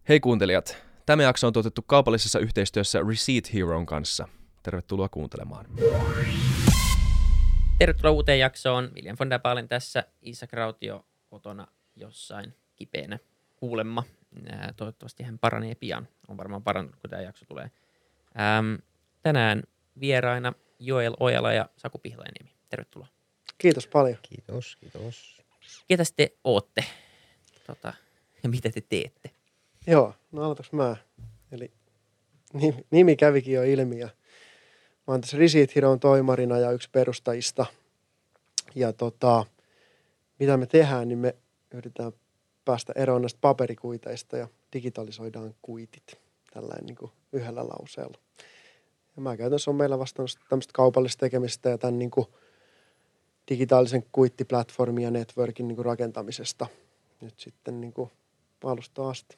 Hei kuuntelijat, tämä jakso on tuotettu kaupallisessa yhteistyössä Receipt Heron kanssa. Tervetuloa kuuntelemaan. Tervetuloa uuteen jaksoon. William von der Baalen tässä. Isak Rautio kotona jossain kipeänä kuulemma. Toivottavasti hän paranee pian. On varmaan parantunut, kun tämä jakso tulee. Tänään vieraina Joel Ojala ja Saku Pihlajaniemi. Tervetuloa. Kiitos paljon. Kiitos. Ketäs te ootte? Ja mitä te teette? Joo, no aloitaks mä. Eli nimi kävikin jo ilmi ja mä oon tässä Receipt Heron toimarina ja yksi perustajista. Ja mitä me tehdään, niin me yritetään päästä eroon näistä paperikuiteista ja digitalisoidaan kuitit tällainen niin kuin yhdellä lauseella. Ja mä käytännössä on meillä vastannut tämmöistä kaupallista tekemistä ja tämän niin kuin digitaalisen kuittiplatformin ja networkin niin kuin rakentamisesta nyt sitten niin kuin alusta asti.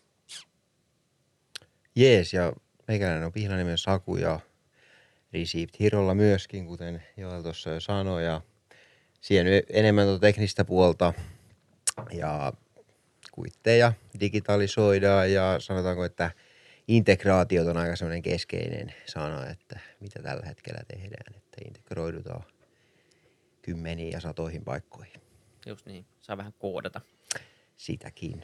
Jees, ja meikäläinen on Pihlajaniemen Saku ja Receipt Herolla myöskin, kuten Joel tuossa jo sanoi. Ja siihen enemmän teknistä puolta ja kuitteja digitalisoidaan ja sanotaanko, että integraatiot on aika sellainen keskeinen sana, että mitä tällä hetkellä tehdään, että integroidutaan kymmeniin ja satoihin paikkoihin. Just niin, saa vähän koodata. Sitäkin.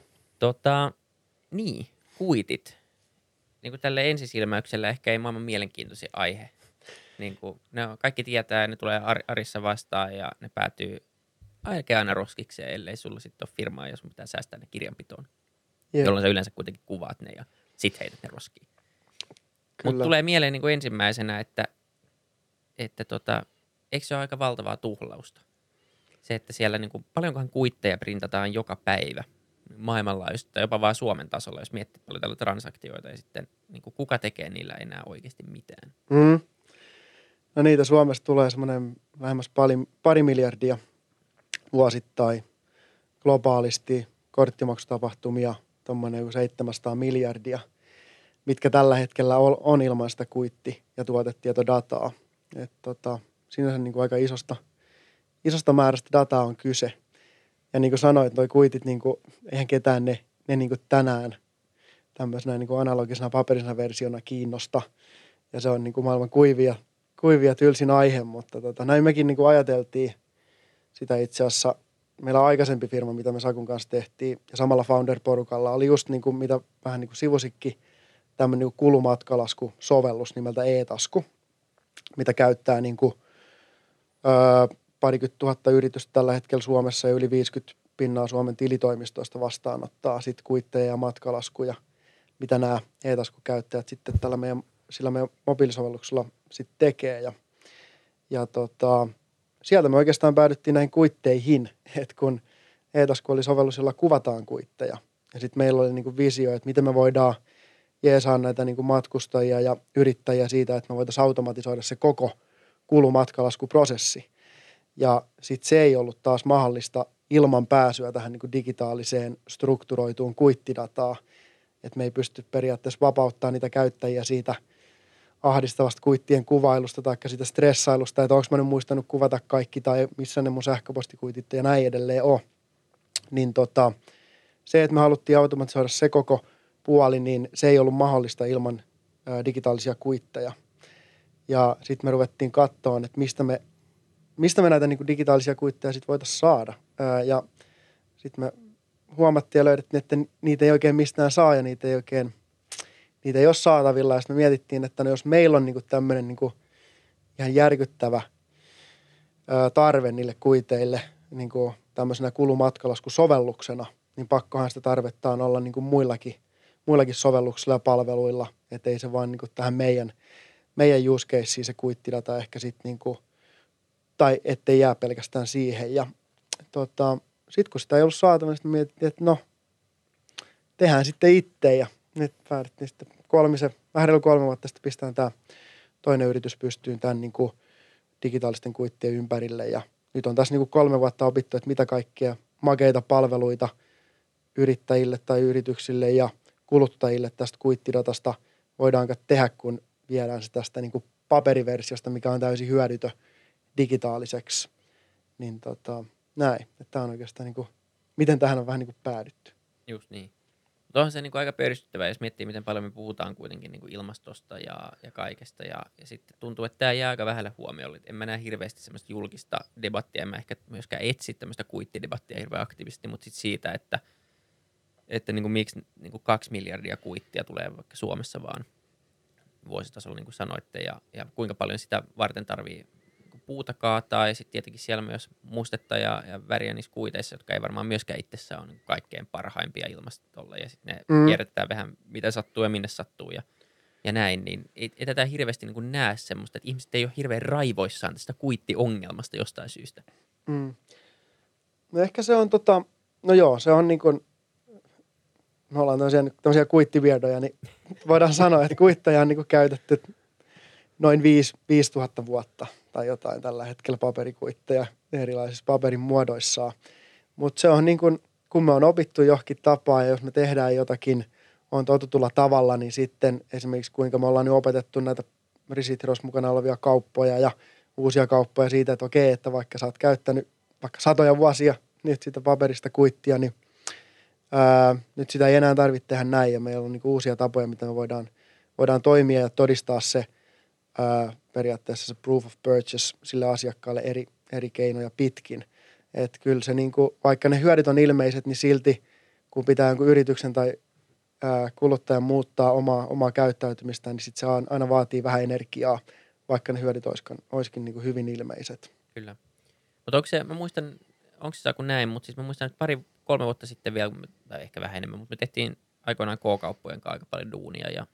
Niin, kuitit. Niin kuin tälle ensisilmäyksellä ehkä ei maailman mielenkiintoisin aihe. Niin kuin, kaikki tietää, ne tulee arissa vastaan ja ne päätyy aina roskikseen, ellei sulla sitten ole firmaa, jos pitää säästää ne kirjanpitoon. Jolloin sä yleensä kuitenkin kuvaat ne ja sit heität ne roskiin. Mutta tulee mieleen niin kuin ensimmäisenä, että eikö se ole aika valtavaa tuhlausta? Se, että siellä niin kuin, paljonkohan kuitteja printataan joka päivä maailmanlaajuisesti tai jopa vaan Suomen tasolla, jos miettii paljon tällä transaktioita ja sitten niin kuin, kuka tekee niillä enää oikeasti mitään. No niitä Suomessa tulee semmoinen lähemmäs pari miljardia vuosittain globaalisti, korttimaksutapahtumia, tuommoinen 700 miljardia, mitkä tällä hetkellä on ilman sitä kuitti- ja tuotetietodataa. Siinä niin kuin aika isosta määrästä dataa on kyse. Ja niin kuin sanoit, noi kuitit, niin kuin, eihän ketään ne niin kuin tänään tämmöisenä niin kuin analogisena paperisena versiona kiinnosta. Ja se on niin kuin maailman kuivia tylsin aihe, mutta näin mekin niin kuin ajateltiin sitä itse asiassa. Meillä on aikaisempi firma, mitä me Sakun kanssa tehtiin, ja samalla founder-porukalla oli just niin kuin, mitä vähän niin kuin sivusikkin, tämmöinen niin kuin kulumatkalasku-sovellus nimeltä e-tasku, mitä käyttää niin kuin, parikymmentä tuhatta yritystä tällä hetkellä Suomessa ja yli 50% Suomen tilitoimistoista vastaanottaa sit kuitteja ja matkalaskuja, mitä nämä e-taskukäyttäjät sitten sillä meidän mobiilisovelluksella sitten tekee. Ja sieltä me oikeastaan päädyttiin näihin kuitteihin, että kun e-tasku oli sovellus, jolla kuvataan kuitteja. Ja sitten meillä oli niinku visio, että miten me voidaan jeesaa näitä niinku matkustajia ja yrittäjiä siitä, että me voitaisiin automatisoida se koko kulumatkalaskuprosessi. Ja sitten se ei ollut taas mahdollista ilman pääsyä tähän niinku digitaaliseen strukturoituun kuittidataan. Että me ei pysty periaatteessa vapauttamaan niitä käyttäjiä siitä ahdistavasta kuittien kuvailusta tai siitä stressailusta, että onko mä nyt muistanut kuvata kaikki tai missä ne mun sähköpostikuitit ja näin edelleen on. Niin se, että me haluttiin automatisoida se koko puoli, niin se ei ollut mahdollista ilman digitaalisia kuitteja. Ja sitten me ruvettiin katsomaan, että mistä me näitä niin kuin digitaalisia kuitteja sitten voitaisiin saada. Ja sitten me huomattiin ja löydettiin, että niitä ei oikein mistään saa ja niitä ei ole saatavilla. Ja sitten me mietittiin, että no jos meillä on niin kuin tämmöinen niin kuin ihan järkyttävä tarve niille kuiteille niin kuin tämmöisenä kulumatkalaskusovelluksena, niin pakkohan sitä tarvetta on olla niin kuin muillakin sovelluksilla ja palveluilla. Että ei se vaan niin kuin tähän meidän use caseen se kuittidata ehkä sitten niin kuin, tai ettei jää pelkästään siihen. Ja sitten kun sitä ei ollut saatavilla, niin sitten mietittiin, että no, tehdään sitten itse. Ja nyt päädyttiin sitten vähän reilu 3 vuotta sitten pistetään tämä toinen yritys pystyyn tämän niin kuin digitaalisten kuittien ympärille. Ja nyt on tässä niin kuin 3 vuotta opittu, että mitä kaikkea makeita palveluita yrittäjille tai yrityksille ja kuluttajille tästä kuittidatasta voidaan tehdä, kun viedään se tästä niin kuin paperiversiosta, mikä on täysin hyödytön digitaaliseksi. Niin näin. Tämä on oikeastaan niin kuin, miten tähän on vähän niin kuin päädytty. Just niin. Mutta onhan se niin kuin aika pöyristyttävää, jos miettii, miten paljon me puhutaan kuitenkin niin kuin ilmastosta ja kaikesta. Ja sitten tuntuu, että tämä jää aika vähälle huomiolle. En mä näe hirveästi semmoista julkista debattia, en mä ehkä myöskään etsi tämmöistä kuittidebattia hirveän aktiivisesti, mutta sitten siitä, että niin kuin miksi niin kuin 2 miljardia kuittia tulee vaikka Suomessa vaan vuositasolla, niin kuin sanoitte, ja kuinka paljon sitä varten tarvii puuta kaataa, ja sitten tietenkin siellä myös mustetta ja väriä niissä kuiteissa, jotka ei varmaan myöskään itsessään ole niin kaikkein parhaimpia ilmastolle, ja sitten ne kierrätetään vähän mitä sattuu ja minne sattuu, ja näin, niin ei tätä hirveästi niin kuin näe semmoista, että ihmiset ei ole hirveän raivoissaan tästä kuittiongelmasta jostain syystä. No ehkä se on no joo, se on niin kuin, me ollaan tämmöisiä kuittivierdoja, niin voidaan sanoa, että kuitteja on niin kuin käytetty noin 5000 vuotta tai jotain tällä hetkellä paperikuitteja erilaisissa paperin muodoissaan. Mutta se on niin kuin, kun me on opittu johonkin tapaan ja jos me tehdään jotakin on totutulla tavalla, niin sitten esimerkiksi kuinka me ollaan nyt opetettu näitä Receipt Heroes mukana olevia kauppoja ja uusia kauppoja siitä, että okei, että vaikka sä oot käyttänyt vaikka 100 vuosia nyt sitä paperista kuittia, niin nyt sitä ei enää tarvitse tehdä näin ja meillä on niin kuin uusia tapoja, mitä me voidaan toimia ja todistaa se periaatteessa se proof of purchase sille asiakkaalle eri keinoja pitkin. Että kyllä se niin kuin, vaikka ne hyödyt on ilmeiset, niin silti kun pitää jonkun yrityksen tai kuluttajan muuttaa omaa käyttäytymistään, niin sit se aina vaatii vähän energiaa, vaikka ne hyödyt olisikin niin kuin hyvin ilmeiset. Kyllä. Mutta onko se, mä muistan, onko se kuin näin, mutta siis mä muistan, että 2-3 vuotta sitten vielä, tai ehkä vähän enemmän, mutta me tehtiin aikoinaan K-kauppojen kanssa aika paljon duunia ja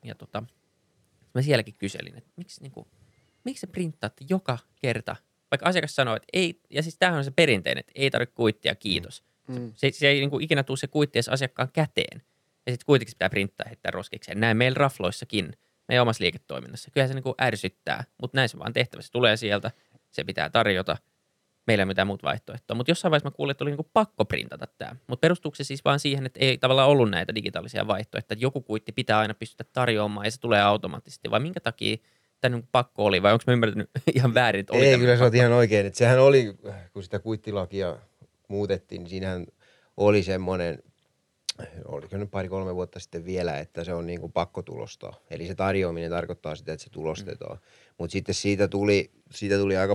mä sielläkin kyselin, että miksi se printtaatte joka kerta, vaikka asiakas sanoo, että ei, ja siis tämähän on se perinteinen, että ei tarvitse kuittia, kiitos. Se ei niin kuin ikinä tule se kuitti edes asiakkaan käteen. Ja sitten kuitenkin pitää printtaa ja heittää roskikseen. Näin meillä rafloissakin, meidän omassa liiketoiminnassa. Kyllä se niin kuin ärsyttää, mutta näin se vaan tehtävä. Se tulee sieltä, se pitää tarjota. Meillä ei ole mitään muuta vaihtoehtoa. Mutta jossain vaiheessa mä kuulin, että oli niin kuin pakko printata tämä. Mutta perustuuko se siis vaan siihen, että ei tavallaan ollut näitä digitaalisia vaihtoehtoja, että joku kuitti pitää aina pystyä tarjoamaan ja se tulee automaattisesti. Vai minkä takia tämä niin pakko oli, vai onko mä ymmärtänyt ihan väärin? Että oli ei, kyllä sä oot ihan oikein. Että sehän oli, kun sitä kuittilakia muutettiin, niin siinähän oli semmoinen, oliko nyt 2-3 vuotta sitten vielä, että se on niin kuin pakko tulostaa. Eli se tarjoaminen tarkoittaa sitä, että se tulostetaan. Mutta sitten siitä tuli aika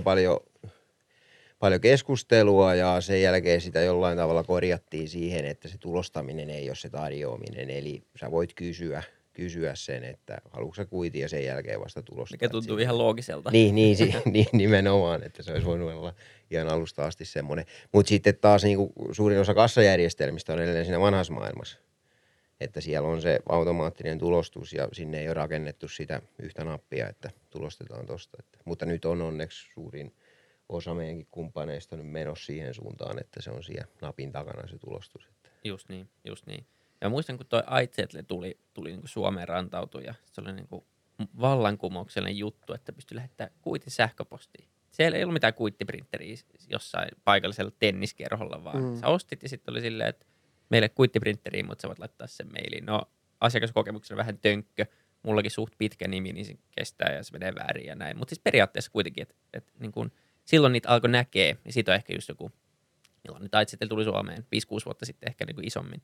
paljon keskustelua ja sen jälkeen sitä jollain tavalla korjattiin siihen, että se tulostaminen ei ole se tarjoaminen. Eli sä voit kysyä sen, että haluatko sä kuitin ja sen jälkeen vasta tulostaa. Mikä tuntuu ihan loogiselta. Niin, nimenomaan, että se olisi voinut olla ihan alusta asti semmoinen. Mutta sitten taas niin kuin suurin osa kassajärjestelmistä on edelleen siinä vanhassa maailmassa. Että siellä on se automaattinen tulostus ja sinne ei ole rakennettu sitä yhtä nappia, että tulostetaan tosta. Mutta nyt on onneksi suurin osa meidänkin kumppaneista nyt menossa siihen suuntaan, että se on siellä napin takana se tulostus. Just niin. Ja muistan, kun toi iZettle tuli niin kuin Suomeen rantautui ja se oli niin kuin vallankumouksellinen juttu, että pystyi lähettämään kuitin sähköpostiin. Siellä ei ollut mitään kuittiprinteriä jossain paikallisella tenniskerholla, vaan sä ostit ja sitten oli silleen, että meille kuittiprinteriä, mutta sä voit laittaa sen mailiin. No asiakaskokemuksena vähän tönkkö, mullakin suht pitkä nimi, niin se kestää ja se menee väärin ja näin. Mutta siis periaatteessa kuitenkin, että niin kun silloin niitä alkoi näkee, niin siitä on ehkä just joku, milloin nyt iZettle tuli Suomeen, 5-6 vuotta sitten ehkä niin kuin isommin.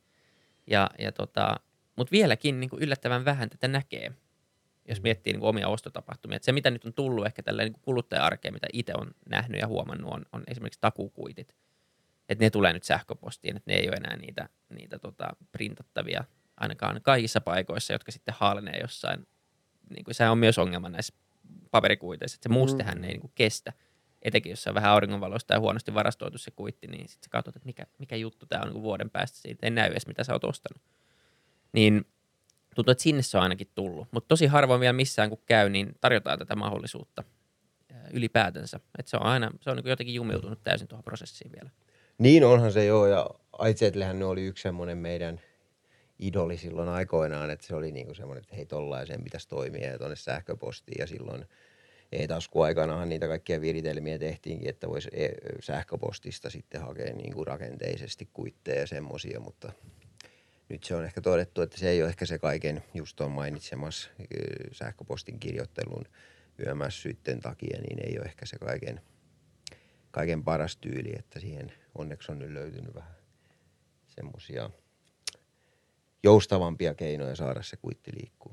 Mutta vieläkin niin kuin yllättävän vähän tätä näkee, jos miettii niin kuin omia ostotapahtumia. Et se, mitä nyt on tullut ehkä tällä niin kuluttaja-arkeen, mitä itse on nähnyt ja huomannut, on esimerkiksi takukuitit. Että ne tulee nyt sähköpostiin, että ne ei ole enää niitä printattavia, ainakaan kaikissa paikoissa, jotka sitten haalenee jossain. Niin kuin, sehän on myös ongelma näissä paperikuiteissa, että se mustehän ei niin kuin kestä. Etenkin jos se on vähän auringonvaloista ja huonosti varastoitu se kuitti, niin sitten sä katsot, että mikä juttu tämä on niin vuoden päästä. Siitä ei näy edes, mitä sä oot ostanut. Niin tuntuu, että sinne se on ainakin tullut. Mutta tosi harvoin vielä missään, kun käy, niin tarjotaan tätä mahdollisuutta ylipäätänsä. Että se on niin jotenkin jumiltunut täysin tuohon prosessiin vielä. Niin onhan se joo, ja iZettlehän oli yksi semmoinen meidän idoli silloin aikoinaan, että se oli niinku semmoinen, että hei tollaiseen pitäisi toimia ja tuonne sähköpostiin ja silloin e-taskuaikanahan niitä kaikkia viritelmiä tehtiinkin, että voisi sähköpostista sitten hakea niinku rakenteisesti kuitteja ja semmoisia, mutta nyt se on ehkä todettu, että se ei ole ehkä se kaiken just tuon mainitsemassa sähköpostin kirjoittelun yömässyitten takia, niin ei ole ehkä se kaiken paras tyyli, että siihen onneksi on nyt löytynyt vähän semmoisia joustavampia keinoja saada se kuitti liikkuu.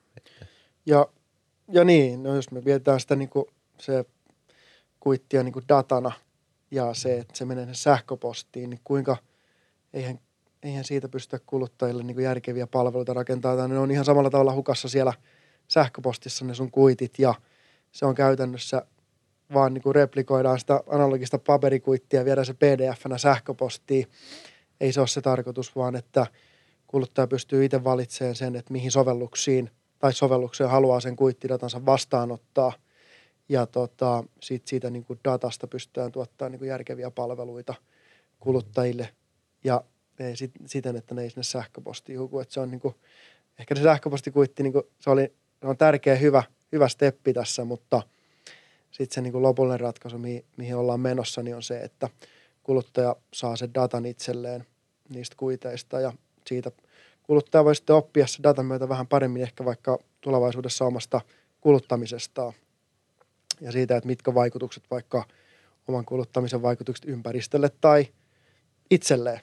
Ja niin, no jos me mietitään sitä niin kuin se kuittia niin kuin datana ja se, että se menee sähköpostiin, niin kuinka, eihän siitä pystytä kuluttajille niin kuin järkeviä palveluita rakentaa. Ne on ihan samalla tavalla hukassa siellä sähköpostissa ne sun kuitit ja se on käytännössä vaan niin kuin replikoidaan sitä analogista paperikuittia ja viedään se pdf-nä sähköpostiin. Ei se ole se tarkoitus, vaan että kuluttaja pystyy itse valitsemaan sen, että mihin sovellukseen haluaa sen kuittidatansa vastaanottaa. Ja siitä niin kuin datasta pystytään tuottamaan niin kuin järkeviä palveluita kuluttajille. Ja siten, että ne ei sinne sähköpostiin huku. Että se on niin kuin, ehkä se sähköpostikuitti, niin kuin, se on tärkeä, hyvä steppi tässä, mutta sitten se niin kuin lopullinen ratkaisu, mihin ollaan menossa, niin on se, että kuluttaja saa sen datan itselleen niistä kuiteista ja siitä kuluttaja voi sitten oppia se datan myötä vähän paremmin ehkä vaikka tulevaisuudessa omasta kuluttamisestaan ja siitä, että mitkä vaikutukset vaikka oman kuluttamisen vaikutukset ympäristölle tai itselleen.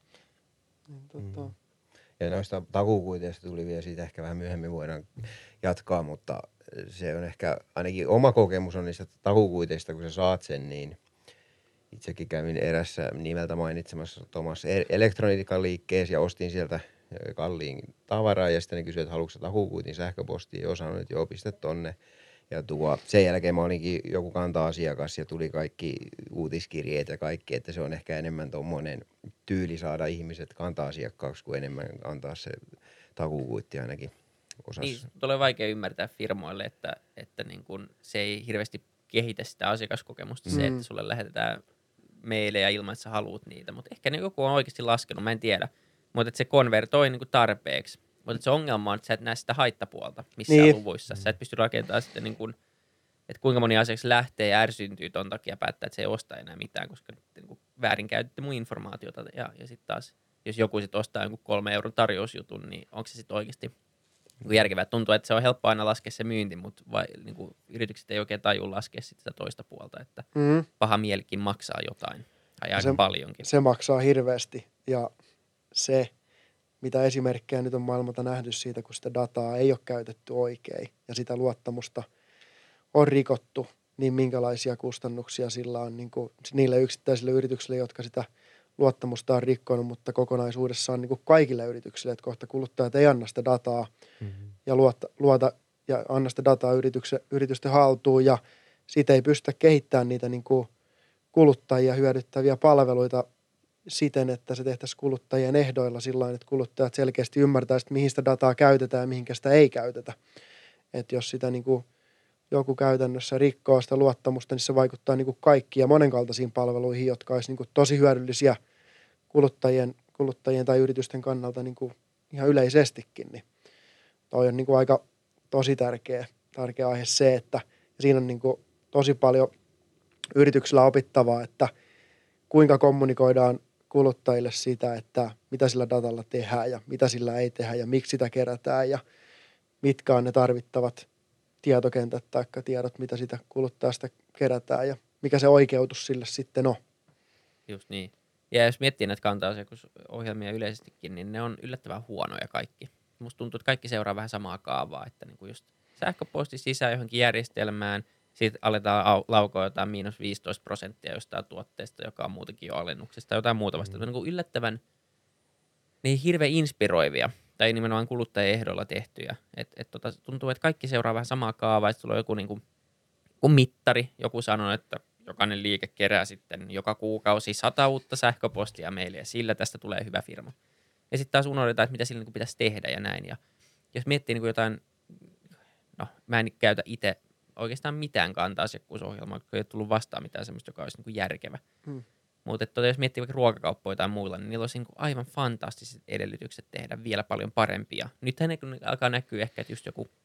Ja noista takuukuiteista tuli vielä siitä ehkä vähän myöhemmin voidaan jatkaa, mutta se on ehkä ainakin oma kokemus on niistä takuukuiteista, kun sä saat sen, niin itsekin kävin erässä nimeltä mainitsemassa Thomas elektroniikan liikkeessä ja ostin sieltä kalliin tavaraa ja sitten ne kysyi, että haluatko sä takuukuitin sähköpostiin ja sanoin, että joo, pistä tonne. Ja sen jälkeen mä olinkin joku kanta-asiakas ja tuli kaikki uutiskirjeet ja kaikki, että se on ehkä enemmän tommonen tyyli saada ihmiset kanta-asiakkaaksi kuin enemmän antaa se takuukuitti ainakin osassa. Niin, tulee vaikea ymmärtää firmoille, että niin kun se ei hirveästi kehitä sitä asiakaskokemusta se, että sulle lähetetään meilejä ilman, että sä haluat niitä. Mutta ehkä ne joku on oikeasti laskenut, mä en tiedä. Mutta että se konvertoi niin kuin tarpeeksi. Mutta se ongelma on, että sä et näe sitä haittapuolta missään luvuissa. Sä et pysty rakentamaan sitten, niin kuin, että kuinka moni asiakas lähtee ja ärsyntyy ton takia päättää, että se ei osta enää mitään, koska niin kuin väärinkäytitte mun informaatiota. Ja sitten taas, jos joku sitten ostaa jonkun 3 euron tarjousjutun, niin onko se sitten oikeasti niin järkevää? Tuntuu, että se on helppo aina laskea se myynti, mutta niin kuin yritykset ei oikein tajua laskea sitä toista puolta, että paha mielikin maksaa jotain, tai aika paljonkin. Se maksaa hirveästi, ja se, mitä esimerkkejä nyt on maailmalta nähty siitä, kun sitä dataa ei ole käytetty oikein, ja sitä luottamusta on rikottu, niin minkälaisia kustannuksia sillä on niin kuin niille yksittäisille yrityksille, jotka sitä luottamusta on rikkonut, mutta kokonaisuudessaan niin kuin kaikille yrityksille, että kohta kuluttajat ei anna sitä dataa ja luota ja anna sitä dataa yritysten haltuun ja siitä ei pystytä kehittämään niitä niin kuin kuluttajia hyödyttäviä palveluita siten, että se tehtäisiin kuluttajien ehdoilla sillain, että kuluttajat selkeästi ymmärtäisivät, mihin sitä dataa käytetään ja mihinkä sitä ei käytetä. Että jos sitä niin kuin joku käytännössä rikkoo sitä luottamusta, niin se vaikuttaa niin kuin kaikkiin ja monenkaltaisiin palveluihin, jotka olisi niin kuin tosi hyödyllisiä kuluttajien tai yritysten kannalta niin kuin ihan yleisestikin. Niin toi on niin kuin aika tosi tärkeä aihe se, että siinä on niin kuin tosi paljon yrityksillä opittavaa, että kuinka kommunikoidaan kuluttajille sitä, että mitä sillä datalla tehdään ja mitä sillä ei tehdä ja miksi sitä kerätään ja mitkä on ne tarvittavat tietokentät tai tiedot, mitä sitä kuluttajasta kerätään ja mikä se oikeutus sille sitten on. Just niin. Ja jos miettii näitä kanta-asiakusohjelmia yleisestikin, niin ne on yllättävän huonoja kaikki. Musta tuntuu, että kaikki seuraa vähän samaa kaavaa, että niin kuin just sähköposti sisään johonkin järjestelmään, sitten aletaan laukoa jotain -15% jostain tuotteesta, joka on muutenkin jo alennuksesta tai jotain muuta vasta. Niin kuin yllättävän, niin hirveän inspiroivia tai nimenomaan kuluttajien ehdolla tehtyjä. Tuntuu, että kaikki seuraa vähän samaa kaavaa, että sulla on joku niin kuin mittari, joku sanoo, että jokainen liike kerää sitten joka kuukausi 100 uutta sähköpostia meille ja sillä tästä tulee hyvä firma. Ja sitten taas unohdetaan, että mitä sillä niin kuin pitäisi tehdä ja näin. Ja jos miettii niin kuin jotain, no mä en käytä itse oikeastaan mitään kanta-asiakkuusohjelmaa, koska ei ole tullut vastaan mitään semmoista, joka olisi niin kuin järkevä. Mutta jos miettii vaikka ruokakauppoja tai muilla, niin niillä olisi niin kuin aivan fantastiset edellytykset tehdä vielä paljon parempia. Nythän ne alkaa näkyä ehkä, että just joku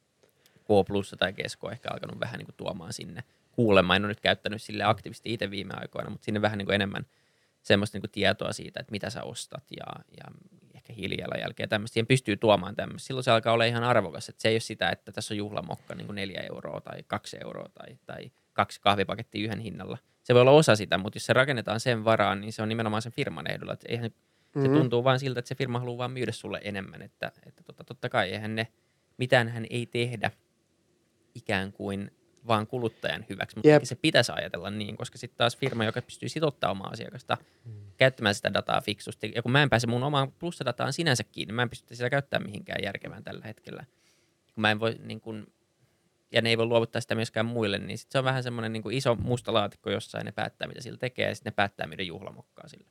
K+ tai Kesko on ehkä alkanut vähän niin kuin tuomaan sinne. Kuulemma en ole nyt käyttänyt sille aktiivisesti itse viime aikoina, mutta sinne vähän niin kuin enemmän semmoista niin kuin tietoa siitä, että mitä sä ostat ja ehkä hiilijalanjälkeä ja tämmöistä. Siihen pystyy tuomaan tämmöistä. Silloin se alkaa olla ihan arvokas, että se ei ole sitä, että tässä on juhlamokka niin kuin 4 euroa tai 2 euroa tai 2 kahvipakettia yhden hinnalla. Se voi olla osa sitä, mutta jos se rakennetaan sen varaan, niin se on nimenomaan sen firman ehdolla. Että eihän Se tuntuu vaan siltä, että se firma haluaa vaan myydä sulle enemmän, että totta kai mitään hän ei tehdä ikään kuin vaan kuluttajan hyväksi, mutta se pitäisi ajatella niin, koska sitten taas firma, joka pystyy sitottamaan omaa asiakasta käyttämään sitä dataa fiksusti, ja kun mä en pääse mun omaan plussadataan sinänsä kiinni, mä en pysty sitä käyttämään mihinkään järkevään tällä hetkellä. Kun mä en voi, niin kun, ja ne ei voi luovuttaa sitä myöskään muille, niin sit se on vähän semmoinen niin iso musta laatikko jossain, ne päättää, mitä sillä tekee, ja sitten ne päättää, mitä juhlamokkaa sillä.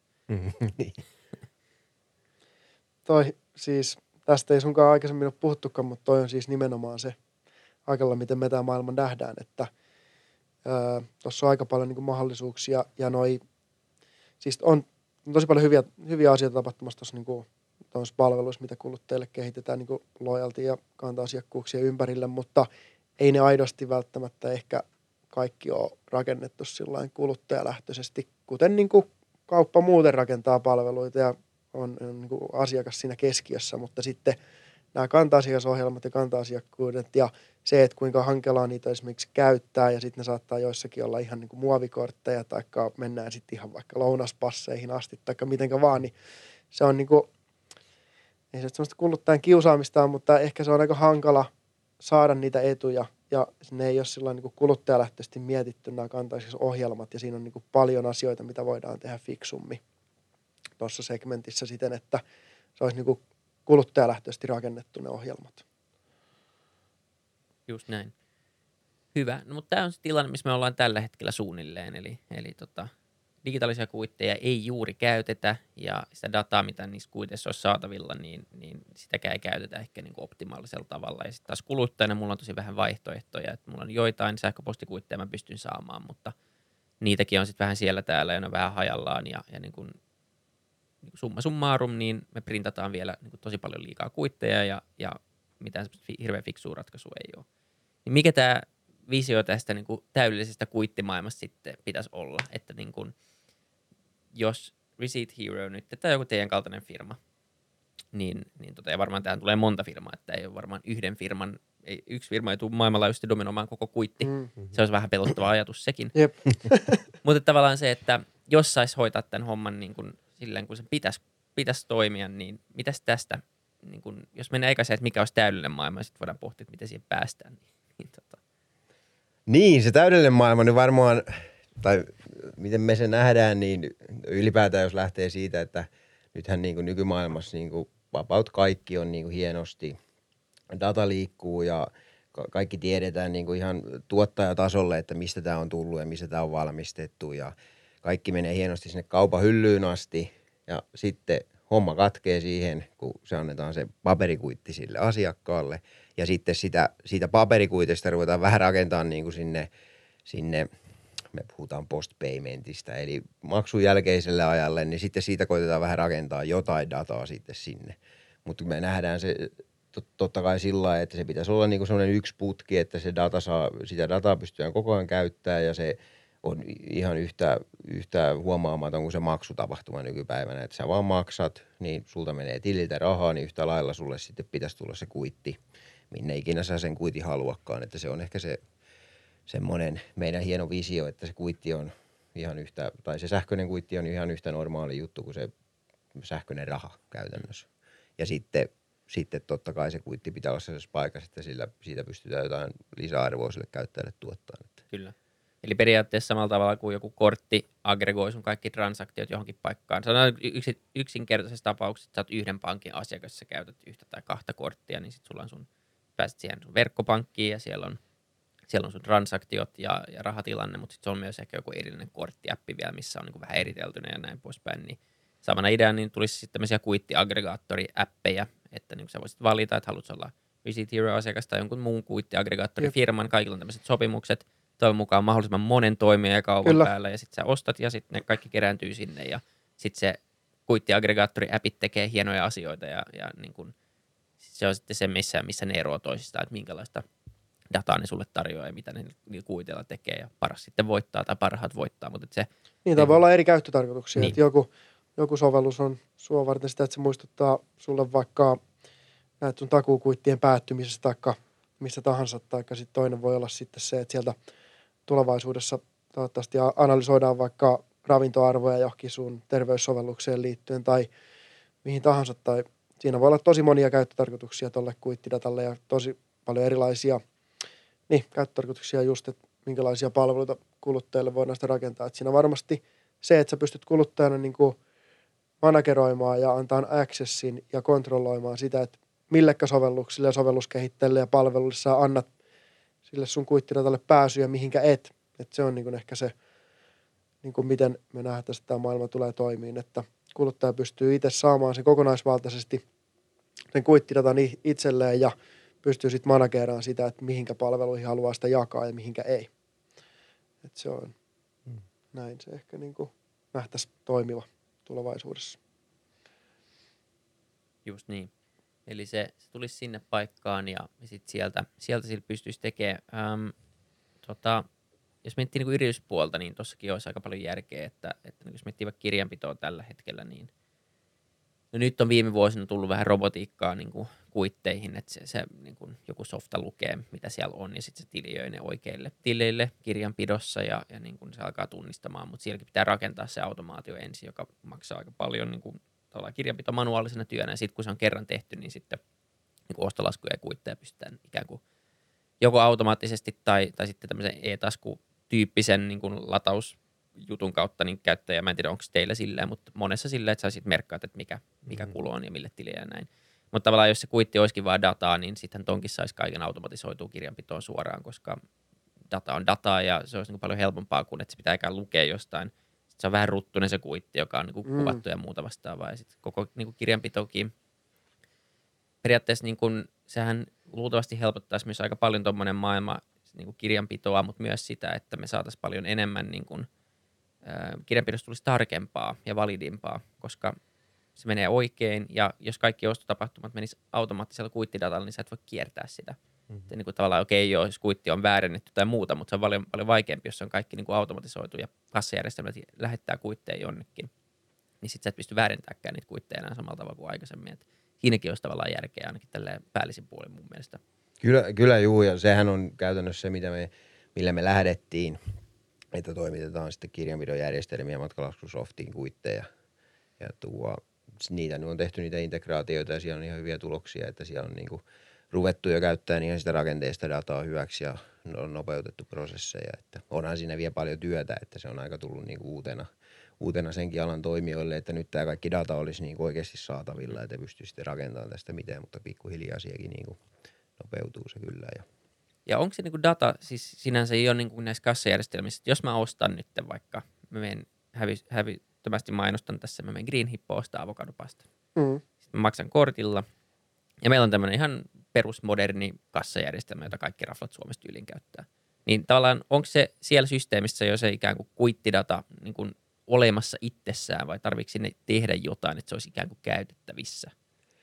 Toi siis, tästä ei sunkaan aikaisemmin ole puhuttukaan, mutta toi on siis nimenomaan se aikalla, miten me tämä maailma nähdään, että tuossa on aika paljon niin mahdollisuuksia ja siis on tosi paljon hyviä asioita tapahtumassa tuossa niin palveluissa, mitä kuluttajille kehitetään niin loyalty ja kanta-asiakkuuksia ympärille, mutta ei ne aidosti välttämättä ehkä kaikki ole rakennettu sillain kuluttajalähtöisesti, kuten niin kuin kauppa muuten rakentaa palveluita ja on niin kuin asiakas siinä keskiössä, mutta sitten nämä kanta-asiakasohjelmat ja kanta-asiakkuudet ja se, että kuinka hankalaa niitä esimerkiksi käyttää ja sitten ne saattaa joissakin olla ihan niin kuin muovikortteja tai mennään sitten ihan vaikka lounaspasseihin asti tai mitenkä vaan, niin se on niin kuin, ei se semmoista kuluttajan kiusaamista, mutta ehkä se on aika hankala saada niitä etuja ja ne ei ole sillä niin kuin kuluttajalähtöisesti mietitty nämä kanta-asiakasohjelmat ja siinä on niin kuin paljon asioita, mitä voidaan tehdä fiksummin tuossa segmentissä siten, että se olisi niin kuin kuluttajalähtöisesti rakennettu ne ohjelmat. Just näin. Hyvä. No, mutta tämä on se tilanne, missä me ollaan tällä hetkellä suunnilleen. Eli digitaalisia kuitteja ei juuri käytetä ja sitä dataa, mitä niissä kuiteissa olisi saatavilla, niin sitäkään ei käytetä ehkä niin kuin optimaalisella tavalla. Ja sitten taas kuluttajana mulla on tosi vähän vaihtoehtoja. Että mulla on joitain sähköpostikuitteja, mä pystyn saamaan, mutta niitäkin on sitten vähän siellä täällä ja ne on vähän hajallaan ja niin kuin summa summarum, niin me printataan vielä niin kuin tosi paljon liikaa kuitteja ja mitään hirveän fiksua ratkaisua ei ole. Niin mikä tämä visio tästä niin kuin täydellisestä kuittimaailmasta sitten pitäisi olla? Että niin kuin, jos Receipt Hero nyt, tai joku teidän kaltainen firma, niin ja varmaan tähän tulee monta firmaa, että ei ole varmaan yksi firma ei tule maailmanlaajuisesti dominoimaan koko kuitti. Se olisi vähän pelottava ajatus sekin. Mutta tavallaan se, että jos saisi hoitaa tämän homman niin kuin silleen, kun se pitäisi toimia, niin mitäs tästä, niin kun, jos mennään eikä se, että mikä olisi täydellinen maailma, ja sitten voidaan pohtia, että miten siihen päästään. Niin, se täydellinen maailma niin varmaan, tai miten me se nähdään, niin ylipäätään jos lähtee siitä, että nythän niin kuin nykymaailmassa niin kuin about kaikki on niin kuin hienosti, data liikkuu ja kaikki tiedetään niin kuin ihan tuottajatasolle, että mistä tämä on tullut ja mistä tämä on valmistettu ja kaikki menee hienosti sinne kaupan hyllyyn asti ja sitten homma katkee siihen, kun se annetaan se paperikuitti sille asiakkaalle ja sitten siitä paperikuitista ruvetaan vähän rakentamaan niin kuin sinne, me puhutaan postpaymentista, eli maksun jälkeiselle ajalle, niin sitten siitä koitetaan vähän rakentaa jotain dataa sitten sinne. Mutta me nähdään se totta kai sillä lailla, että se pitäisi olla niin kuin sellainen yksi putki, että sitä dataa pystytään koko ajan käyttämään ja se on ihan yhtä huomaamaton kuin se maksutapahtuma nykypäivänä, että sä vaan maksat, niin sulta menee tililtä rahaa, niin yhtä lailla sulle sitten pitäisi tulla se kuitti, minne ikinä sä sen kuitin haluakaan, että se on ehkä se semmoinen meidän hieno visio, että se kuitti on ihan yhtä, tai se sähköinen kuitti on ihan yhtä normaali juttu kuin se sähköinen raha käytännössä. Ja sitten totta kai se kuitti pitää olla sellaisessa paikassa, että siitä pystytään jotain lisäarvoa sille käyttäjälle tuottaa. Kyllä. Eli periaatteessa samalla tavalla kuin joku kortti aggregoi sun kaikki transaktiot johonkin paikkaan. Se on yksinkertaisessa tapauksessa, että sä oot yhden pankin asiakas, sä käytät yhtä tai kahta korttia, niin sit sulla on pääset siihen sun verkkopankkiin ja siellä on sun transaktiot ja rahatilanne, mutta sitten se on myös ehkä joku erillinen korttiappi vielä, missä on niin kuin vähän eriteltynä ja näin poispäin. Niin samana ideana niin tulisi sitten tämmöisiä kuittiaggregaattori-appeja, että niin sä voisit valita, että haluatko olla Receipt Hero-asiakas tai jonkun muun kuittiaggregaattorifirman. Kaikilla on tämmöiset sopimukset, toivon mukaan mahdollisimman monen toimijan ja kaupan päällä, ja sitten sä ostat ja sitten ne kaikki kerääntyy sinne, ja sitten se kuittiaggregaattori-appit tekee hienoja asioita, ja niin kun, se on sitten se, missä ne eroaa toisistaan, että minkälaista dataa ne sulle tarjoaa ja mitä ne kuitilla tekee, ja paras sitten voittaa tai parhaat voittaa. Mutta se, niin, voi olla eri käyttötarkoituksia, niin. Että joku sovellus on sua varten sitä, että se muistuttaa sulle vaikka näitä sun takuukuittien päättymisestä tai missä tahansa, tai sitten toinen voi olla sitten se, että sieltä tulevaisuudessa toivottavasti analysoidaan vaikka ravintoarvoja johonkin sun terveyssovellukseen liittyen, tai mihin tahansa. Tai siinä voi olla tosi monia käyttötarkoituksia tuolle kuittidatalle ja tosi paljon erilaisia käyttötarkoituksia just, että minkälaisia palveluita kuluttajille voidaan sitä rakentaa. Et siinä varmasti se, että sä pystyt kuluttajana niin kuin manageroimaan ja antaa accessin ja kontrolloimaan sitä, että millekä sovelluksille ja sovelluskehittäjille ja palveluille sä annat sille sun kuittidatalle pääsyä, mihinkä et. Että se on niin kuin ehkä se, niin kuin miten me nähdään, että tämä maailma tulee toimiin, että kuluttaja pystyy itse saamaan sen kokonaisvaltaisesti sen kuittidatan itselleen ja pystyy sitten manageraamaan sitä, että mihinkä palveluihin haluaa sitä jakaa ja mihinkä ei. Että se on näin se ehkä niin kuin nähtäisiin toimiva tulevaisuudessa. Just niin. Eli se tulisi sinne paikkaan ja sitten sieltä sillä pystyisi tekemään. Jos miettii niin yrityspuolta, niin tuossakin olisi aika paljon järkeä, että niin jos miettii vaikka kirjanpitoa tällä hetkellä, niin no nyt on viime vuosina tullut vähän robotiikkaa niin kuin kuitteihin, että se niin kuin joku softa lukee, mitä siellä on, ja sitten se tiliöi ne oikeille tileille kirjanpidossa, ja niin kuin se alkaa tunnistamaan, mutta sielläkin pitää rakentaa se automaatio ensin, joka maksaa aika paljon niin kuin kirjanpito manuaalisena työnä, ja sitten kun se on kerran tehty, niin sitten niin kuin ostolaskuja ja kuitteja pystytään ikään kuin joko automaattisesti tai sitten tämmöisen e-tasku-tyyppisen niin kuin latausjutun kautta niin käyttäjä. Mä en tiedä, onko teillä silleen, mutta monessa silleen, että sä sit merkkaat, että mikä kulu on ja mille tilille ja näin. Mutta tavallaan jos se kuitti olisikin vaan dataa, niin sittenhän tonkin saisi kaiken automatisoitua kirjanpitoon suoraan, koska data on dataa ja se olisi niin paljon helpompaa kuin, että se pitää ikään lukea jostain. Sitten se on vähän ruttunen se kuitti, joka on niin kuin kuvattu ja muuta vastaavaa. Ja sitten koko niin kuin kirjanpitokin periaatteessa niin kuin, sehän luultavasti helpottaisi myös aika paljon tuommoinen maailma niin kuin kirjanpitoa, mutta myös sitä, että me saataisiin paljon enemmän niin kuin, kirjanpidosta tulisi tarkempaa ja validimpaa, koska se menee oikein, ja jos kaikki ostotapahtumat menis automaattisella kuittidatalla, niin sä et voi kiertää sitä. Niin kuin tavallaan jos kuitti on väärennetty tai muuta, mutta se on paljon vaikeampi, jos se on kaikki niin kuin automatisoitu ja kassajärjestelmät lähettää kuitteja jonnekin. Niin sit sä et pysty väärentämään niitä kuitteja enää samalla tavalla kuin aikaisemmin. Et siinäkin olisi tavallaan järkeä ainakin tälleen päällisin puolin mun mielestä. Kyllä juu, ja sehän on käytännössä se, millä me lähdettiin, että toimitetaan sitten kirjanpidon järjestelmiä matkalaskusoftiin kuitteja. Ja niitä nyt on tehty niitä integraatioita ja siellä on ihan hyviä tuloksia, että siellä on niinku ruvettu jo käyttämään ihan sitä rakenteesta dataa hyväksi ja on nopeutettu prosesseja. Että onhan siinä vielä paljon työtä, että se on aika tullut niinku uutena senkin alan toimijoille, että nyt tämä kaikki data olisi niinku oikeasti saatavilla, että pystyy sitten rakentamaan tästä miten, mutta pikkuhiljaa sielläkin niinku nopeutuu se kyllä. Ja onko se niinku data, siis sinänsä ei ole niinku näissä kassajärjestelmissä, että jos mä ostan nyt vaikka, mä menen hävyttömästi mainostan tässä, mä menen Green Hippo ostaa avokadopasta. Sitten mä maksan kortilla, ja meillä on tämmöinen ihan perusmoderni kassajärjestelmä, jota kaikki raflat Suomesta yliin käyttää. Niin tavallaan onko se siellä systeemissä jo se ikään kuin kuittidata niin kuin olemassa itsessään, vai tarvitsetko sinne tehdä jotain, että se olisi ikään kuin käytettävissä?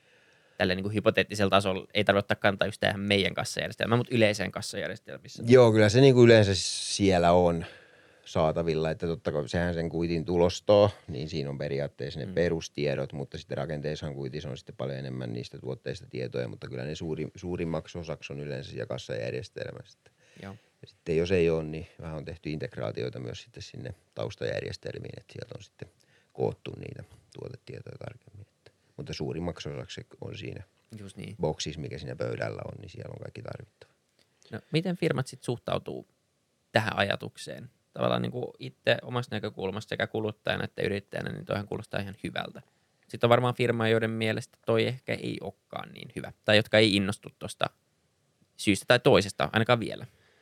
Tällä niin kuin hypoteettisella tasolla ei tarvitse ottaa kantaa just tähän meidän kassajärjestelmään, mutta yleiseen kassajärjestelmissä. Joo, kyllä se niin kuin yleensä siellä on saatavilla, että totta kai sehän sen kuitin tulostoo, niin siinä on periaatteessa ne perustiedot, mutta sitten rakenteissahan kuitissa on sitten paljon enemmän niistä tuotteista tietoja, mutta kyllä ne suurimmaksi osaksi on yleensä siellä kassajärjestelmästä. Joo. Ja sitten jos ei ole, niin vähän on tehty integraatioita myös sitten sinne taustajärjestelmiin, että sieltä on sitten koottu niitä tuotetietoja tarkemmin. Mutta suurimmaksi osaksi on siinä Just niin. boksissa, mikä siinä pöydällä on, niin siellä on kaikki tarvittava. No, miten firmat sitten suhtautuu tähän ajatukseen? Tavallaan niin kuin itse omasta näkökulmasta sekä kuluttajana että yrittäjänä, niin toihan kuulostaa ihan hyvältä. Sitten on varmaan firmaa, joiden mielestä toi ehkä ei olekaan niin hyvä. Tai jotka ei innostu tuosta syystä tai toisesta, ainakaan vielä.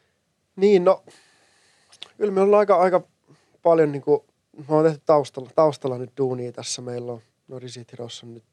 Niin, no kyllä me ollaan aika paljon, niin kuin, me on tehty taustalla nyt duunia tässä. Meillä on Receipt Heroes on nyt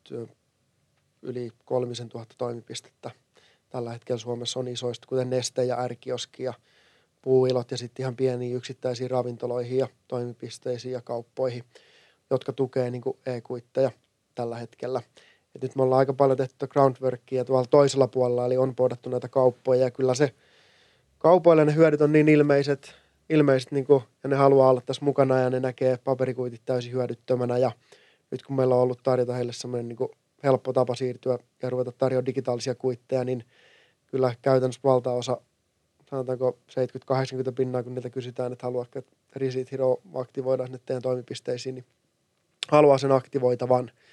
yli 3000 toimipistettä. Tällä hetkellä Suomessa on isoista, kuten Neste ja R-kioski ja Puuilot ja sitten ihan pieniin yksittäisiin ravintoloihin ja toimipisteisiin ja kauppoihin, jotka tukee niin kuin e-kuitteja tällä hetkellä. Et nyt me ollaan aika paljon tehty groundworkia tuolla toisella puolella, eli on poodattu näitä kauppoja ja kyllä se kaupoille ne hyödyt on niin ilmeiset niin kuin, ja ne haluaa olla tässä mukana ja ne näkee paperikuitit täysin hyödyttömänä ja nyt kun meillä on ollut tarjota heille semmoinen niin kuin helppo tapa siirtyä ja ruveta tarjoamaan digitaalisia kuitteja, niin kyllä käytännössä valtaosa, sanotaanko 70-80%, kun niiltä kysytään, että haluatko, että Receipt Hero aktivoidaan sinne teidän toimipisteisiin, niin haluaa sen aktivoitavan.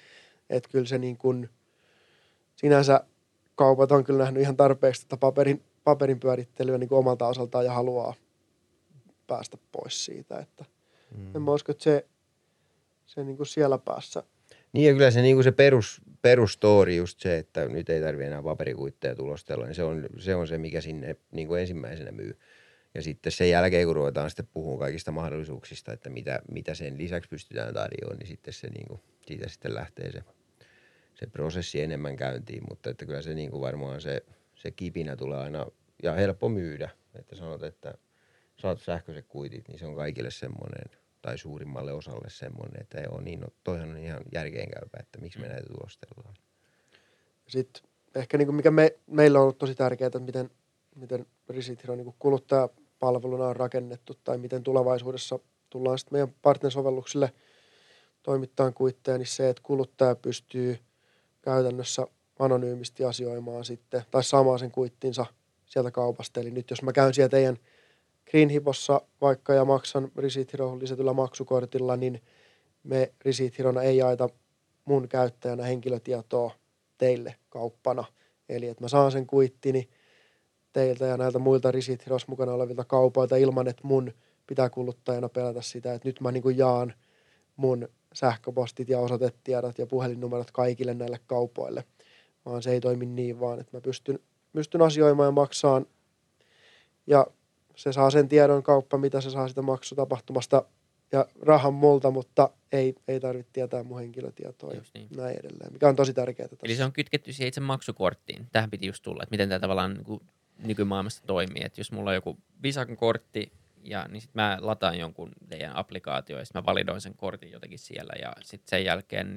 Että kyllä se niin kuin, sinänsä kaupat on kyllä nähnyt ihan tarpeeksi tätä paperin pyörittelyä niin kuin omalta osaltaan ja haluaa päästä pois siitä. Että en mä usko, että se niin kuin siellä päässä. Niin ja kyllä se, niin kuin se perusstory just se, että nyt ei tarvitse enää paperikuitteja tulostella, niin se on se, mikä sinne niin kuin ensimmäisenä myy. Ja sitten sen jälkeen, kun ruvetaan sitten puhumaan kaikista mahdollisuuksista, että mitä sen lisäksi pystytään tarjoamaan, niin sitten se niin kuin, siitä sitten lähtee se prosessi enemmän käyntiin. Mutta että kyllä se niin kuin varmaan se kipinä tulee aina ja helppo myydä. Että sanot, että saat sähköiset kuitit, niin se on kaikille semmoinen, tai suurimmalle osalle semmoinen, että joo, niin, no, toihan on ihan järkeenkäypä, että miksi me näitä tulostellaan. Sitten ehkä niin kuin mikä meillä on ollut tosi tärkeää, että miten Receipt Hero niin kuin kuluttajapalveluna on rakennettu tai miten tulevaisuudessa tullaan sitten meidän partnersovelluksille toimittamaan kuitteja, niin se, että kuluttaja pystyy käytännössä anonyymisti asioimaan sitten tai saamaan sen kuittinsa sieltä kaupasta. Eli nyt jos mä käyn siellä teidän Greenhipossa vaikka ja maksan Receipt Heroon lisätyllä maksukortilla, niin me Receipt Herona ei jaeta mun käyttäjänä henkilötietoa teille kauppana. Eli että mä saan sen kuittini teiltä ja näiltä muilta Receipt Herossa mukana olevilta kaupoilta ilman, että mun pitää kuluttajana pelätä sitä, että nyt mä niin kuin jaan mun sähköpostit ja osoitetiedot ja puhelinnumerot kaikille näille kaupoille. Vaan se ei toimi niin, vaan että mä pystyn asioimaan ja maksaan ja se saa sen tiedon kauppa, mitä se saa sitä maksutapahtumasta ja rahan multa, mutta ei tarvitse tietää mun henkilötietoa ja niin. näin edelleen, mikä on tosi tärkeää tässä. Eli se on kytketty siihen itse maksukorttiin. Tähän piti just tulla, että miten tämä tavallaan niin kuin nykymaailmassa toimii. Että jos mulla on joku Visan kortti, niin sitten mä lataan jonkun teidän applikaatio ja sitten mä validoin sen kortin jotenkin siellä ja sitten sen jälkeen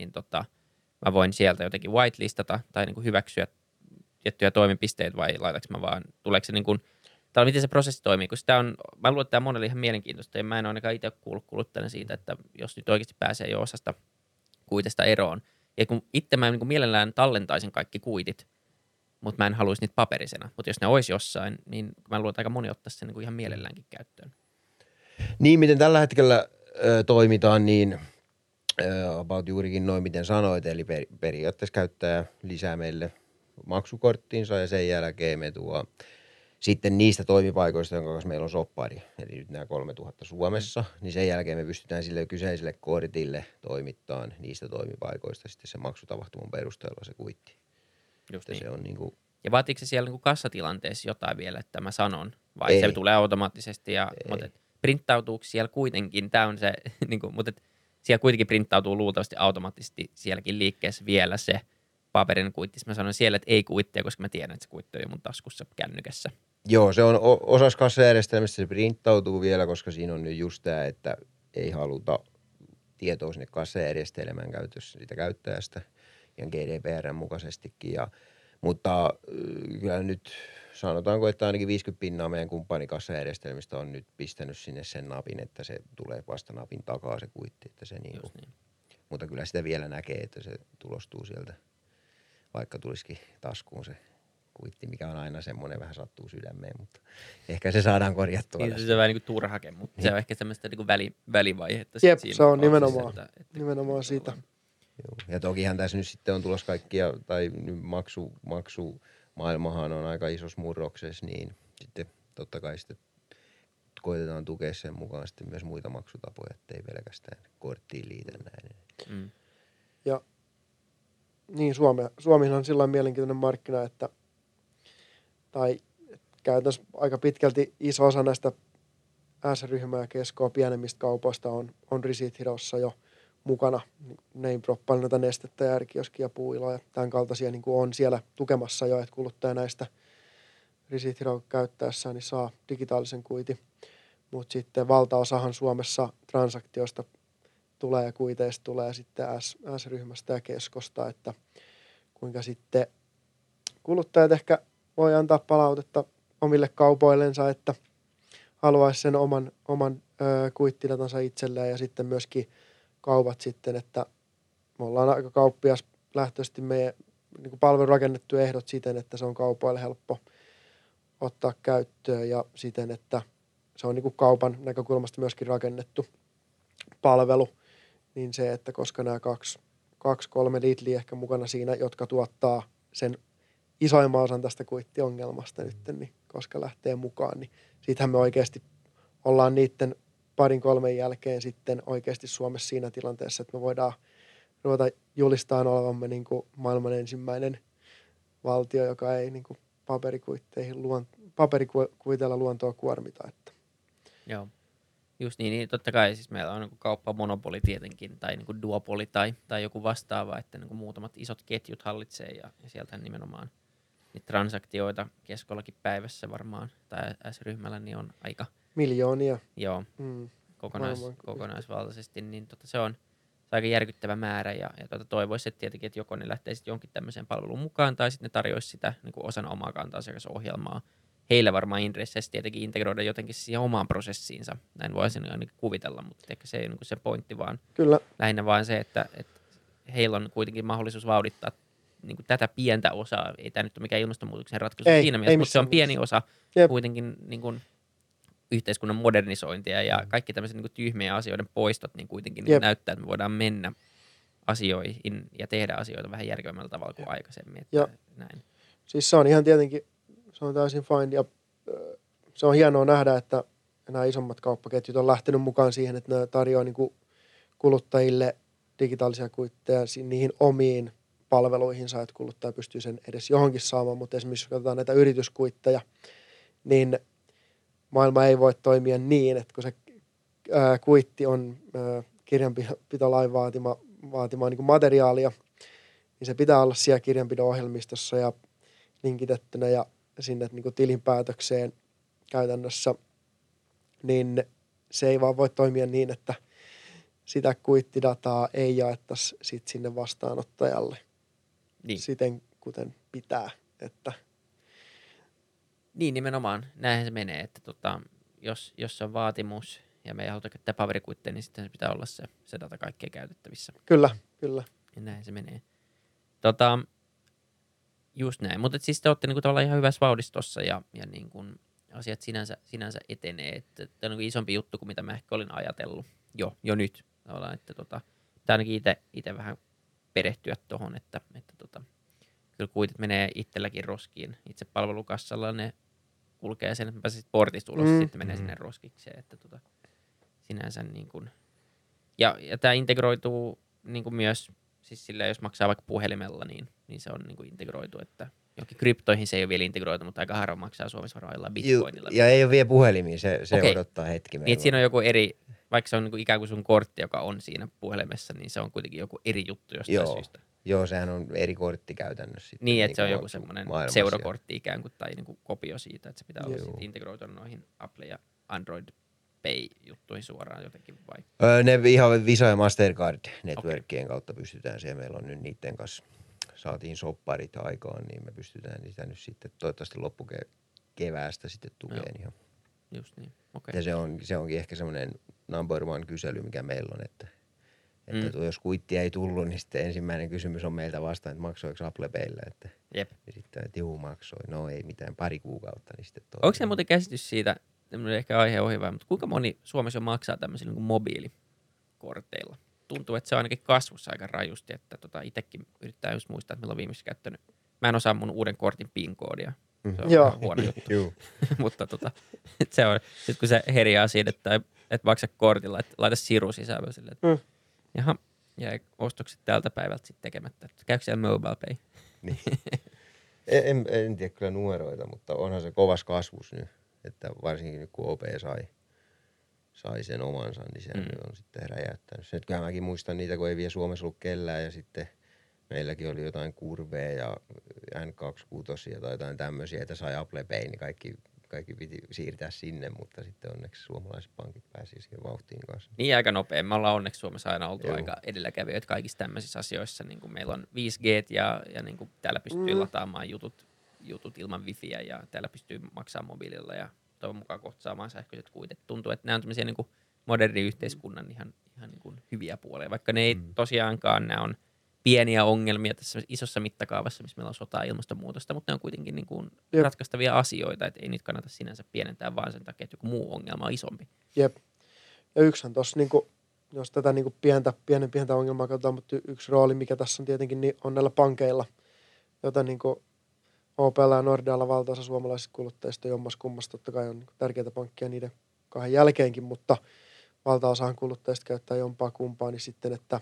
mä voin sieltä jotenkin whitelistata tai niin kuin hyväksyä tiettyjä toimipisteitä vai laitanko mä vaan, tuleeko se niin kuin, tai miten se prosessi toimii, kun sitä on, mä luulen, että tämä on monelle ihan mielenkiintoista ja mä en ole ainakaan itse kuullut kuluttajana siitä, että jos nyt oikeasti pääsee jo osasta kuitesta eroon. Ja kun itse mä niin kuin mielellään tallentaisin kaikki kuitit, mutta mä en haluaisi niitä paperisena. Mutta jos ne olisi jossain, niin mä luulen, että aika moni ottaisi sen niin kuin ihan mielelläänkin käyttöön. Niin, miten tällä hetkellä toimitaan, niin about juurikin noin, miten sanoit, eli periaatteessa käyttäjä lisää meille maksukorttiinsa ja sen jälkeen me tuo sitten niistä toimipaikoista, jonka kanssa meillä on soppari, eli nyt nämä 3000 Suomessa, niin sen jälkeen me pystytään sille kyseiselle kortille toimittamaan niistä toimipaikoista sitten se maksutapahtuman perusteella se kuitti. Just niin. Se on niin kuin... Ja vaatiiko se siellä niin kuin kassatilanteessa jotain vielä, että mä sanon? Vai Ei. se tulee automaattisesti? Mutta printtautuuko siellä kuitenkin, tämä on se, niin kuin, mutta siellä kuitenkin printtautuu luultavasti automaattisesti sielläkin liikkeessä vielä se paperinen kuitti. Mä sanon siellä, että ei kuittia, koska mä tiedän, että se kuitti on jo mun taskussa kännykässä. Joo, se on osassa kassajärjestelmässä se printtautuu vielä, koska siinä on nyt just tämä, että ei haluta tietoa sinne kassajärjestelmään käytössä siitä käyttäjästä ihan GDPRn mukaisestikin. Mutta kyllä nyt sanotaanko, että ainakin 50% meidän kumppanikassajärjestelmistä on nyt pistänyt sinne sen napin, että se tulee vasta napin takaa se kuitti. Että se niin. Mutta kyllä sitä vielä näkee, että se tulostuu sieltä, vaikka tulisikin taskuun se kuitti, mikä on aina semmoinen, vähän sattuu sydämeen, mutta ehkä se saadaan korjattua. Niin, se on vähän niin kuin turhake, mutta se on ehkä semmoista niin kuin välivaihetta. Jep, siinä se on nimenomaan siitä. Joo. Ja tokihan tässä nyt sitten on tulossa kaikkia, tai nyt maksumaailmahan on aika isossa murroksessa, niin sitten totta kai sitten koitetaan tukea sen mukaan sitten myös muita maksutapoja, ettei pelkästään korttiin liitä näin. Mm. Ja niin, Suomihan on sillä mielenkiintoinen markkina, että käytännössä aika pitkälti iso osa näistä S-ryhmää ja keskoa pienemmistä kaupoista on Receipt Herossa jo mukana. Name droppailla näitä Nestettä ja R-kioskia, Puuiloa ja tämän kaltaisia niin kuin on siellä tukemassa jo, että kuluttaja näistä Receipt Hero käyttäessään niin saa digitaalisen kuitin. Mutta sitten valtaosahan Suomessa transaktioista tulee ja kuiteista tulee sitten S-ryhmästä ja keskosta, että kuinka sitten kuluttajat ehkä voi antaa palautetta omille kaupoillensa, että haluaisi sen oman kuittidatansa itselleen ja sitten myöskin kaupat sitten, että me ollaan aika kauppias lähtöisesti meidän niin palvelu rakennettu ehdot siten, että se on kaupoille helppo ottaa käyttöön ja siten, että se on niin kuin kaupan näkökulmasta myöskin rakennettu palvelu, niin se, että koska nämä 2-3 Lidliä ehkä mukana siinä, jotka tuottaa sen isoimman osan tästä kuittiongelmasta nyt, niin koska lähtee mukaan, niin siitähän me oikeasti ollaan niiden 2-3 jälkeen sitten oikeasti Suomessa siinä tilanteessa, että me voidaan ruveta julistamaan olevamme niin kuin maailman ensimmäinen valtio, joka ei niin kuin paperikuiteilla luontoa kuormita. Että. Joo. Just niin totta kai siis meillä on niin kauppamonopoli tietenkin, tai niin duopoli tai joku vastaava, että niin muutamat isot ketjut hallitsee, ja sieltä nimenomaan niitä transaktioita keskollakin päivässä varmaan, tai S-ryhmällä, niin on aika miljoonia. Joo, kokonaisvaltaisesti, niin se on aika järkyttävä määrä, ja toivoisi, että tietenkin, että joko ne lähtee sitten jonkin tämmöiseen palveluun mukaan, tai sitten ne tarjoisi sitä niin kuin osana omaa kanta-asiakasohjelmaa. Heillä varmaan intresseissä tietenkin integroida jotenkin siihen omaan prosessiinsa. Näin voisin ainakin kuvitella, mutta ehkä se ei ole niin se pointti, vaan Kyllä. lähinnä vaan se, että heillä on kuitenkin mahdollisuus vauhdittaa niin kuin tätä pientä osaa. Ei tämä nyt ole mikään ilmastonmuutoksen ratkaisu siinä mielessä, mutta se on pieni osa kuitenkin niin kuin yhteiskunnan modernisointia ja kaikki tämmöiset niin kuin tyhmiä asioiden poistot, niin kuitenkin niin näyttää, että me voidaan mennä asioihin ja tehdä asioita vähän järkevämmällä tavalla kuin aikaisemmin. Että näin. Siis se on ihan tietenkin, se on täysin fine ja se on hienoa nähdä, että nämä isommat kauppaketjut on lähtenyt mukaan siihen, että ne tarjoaa niin kuin kuluttajille digitaalisia kuitteja niihin omiin palveluihinsa, että kuluttaja pystyy sen edes johonkin saamaan, mutta esimerkiksi jos katsotaan näitä yrityskuitteja, niin maailma ei voi toimia niin, että kun se kuitti on kirjanpitolain vaatimaa niin kuin materiaalia, niin se pitää olla siellä kirjanpidon ohjelmistossa ja linkitettynä ja sinne niin kuin tilinpäätökseen käytännössä, niin se ei vaan voi toimia niin, että sitä kuittidataa ei jaettaisi sit sinne vastaanottajalle siten, kuten pitää. Että niin, nimenomaan. Näinhän se menee, että jos on vaatimus ja me ei haluta käyttää paperikuitteja, niin sitten se pitää olla se data kaikkeen käytettävissä. Kyllä, kyllä. Ja näin se menee. Just näin. Mutta siis te olette niinku tavallaan ihan hyvässä vauhdissa tossa ja niinku asiat sinänsä etenee. Että tämä on niinku isompi juttu kuin mitä mä ehkä olin ajatellut jo nyt. Tavallaan, että pitää ainakin itse vähän perehtyä tuohon, että kyllä kuitit menee itselläkin roskiin. Itse palvelukassalla ne kulkee sen, että mä pääsen portista ulos, sitten menee sinne roskikseen. Että sinänsä niin kuin. Ja tämä integroituu niin kuin myös, siis sillä jos maksaa vaikka puhelimella, niin se on niin kuin integroitu, että johonkin kryptoihin se ei ole vielä integroitu, mutta aika harva maksaa Suomessa varoillaan bitcoinilla. Ja ei ole vielä puhelimia, se odottaa hetki. Niin, siinä on joku eri, vaikka se on niin kuin ikään kuin sun kortti, joka on siinä puhelimessa, niin se on kuitenkin joku eri juttu jostain syystä. Joo, sehän on eri kortti käytännössä. Sitten, niin, että se on joku semmoinen pseudokortti ikään kuin, tai niin kuin kopio siitä, että se pitää olla sitten integroitu noihin Apple ja Android Pay-juttuihin suoraan jotenkin vai? Ne ihan Visa ja Mastercard-networkien kautta pystytään siellä. Meillä on nyt niiden kanssa, saatiin sopparit aikaan, niin me pystytään niitä nyt sitten toivottavasti loppukeväästä sitten tukeen ihan. Just niin, okei. Ja se onkin ehkä semmoinen number one kysely, mikä meillä on, että jos kuittia ei tullut, niin sitten ensimmäinen kysymys on meiltä vastaan, että maksoiko Apple Payllä, että Jep. Ja sitten, että juu maksoi, no ei mitään, pari kuukautta, niin sitten onko se muuten käsitys siitä, tämmöinen ehkä aihe ohi vai, mutta kuinka moni Suomessa maksaa tämmöisillä niin kuin mobiilikorteilla? Tuntuu, että se on ainakin kasvussa aika rajusti, että itsekin yrittää just muistaa, että milloin viimeksi käyttänyt. Mä en osaa mun uuden kortin PIN-koodia. Se on ihan huono juttu. Mutta se on, sit kun se herjaa siitä, että et maksa kortilla, että laita siru sisään silleen, että jaha, jäi ostokset tältä päivältä sitten tekemättä. Käykö siellä mobile pay? Niin. En tiedä kyllä numeroita, mutta onhan se kovas kasvus nyt. Että varsinkin nyt kun OP sai sen omansa, niin se on sitten räjäyttänyt. Nyt kyllä mäkin muistan niitä, kun ei vielä Suomessa ollut kellään ja sitten meilläkin oli jotain kurveja ja N26 tai jotain tämmöisiä, että sai Apple Pay, niin kaikki piti siirtää sinne, mutta sitten onneksi suomalaiset pankit pääsi siihen vauhtiin kanssa. Niin aika nopea. Me ollaan onneksi Suomessa aina oltu aika edelläkävijöitä kaikissa tämmöisissä asioissa. Niin kuin meillä on 5G ja niin kuin täällä pystyy lataamaan jutut ilman wifiä ja täällä pystyy maksamaan mobiililla ja toivon mukaan kohta saamaan sähköiset kuitit. Tuntuu, että nämä on tämmöisiä niin kuin modernin yhteiskunnan ihan niin kuin hyviä puolia, vaikka ne ei tosiaankaan, nämä on pieniä ongelmia tässä isossa mittakaavassa, missä meillä on sotaa ja ilmastonmuutosta, mutta ne on kuitenkin niin kuin ratkaistavia asioita, että ei niitä kannata sinänsä pienentää vaan sen takia, että joku muu ongelma on isompi. Jep. Ja yksihän tuossa niin jos tätä niin kuin pientä ongelmaa katsotaan, mutta yksi rooli, mikä tässä on tietenkin, niin on näillä pankeilla, jota niin kuin OP:lla ja Nordealla valtaosa suomalaisista kuluttajista jommassa kummassa totta kai on niin kuin tärkeitä pankkia niiden kahden jälkeenkin, mutta valtaosahan kuluttajista käyttää jompaa kumpaa, niin sitten, että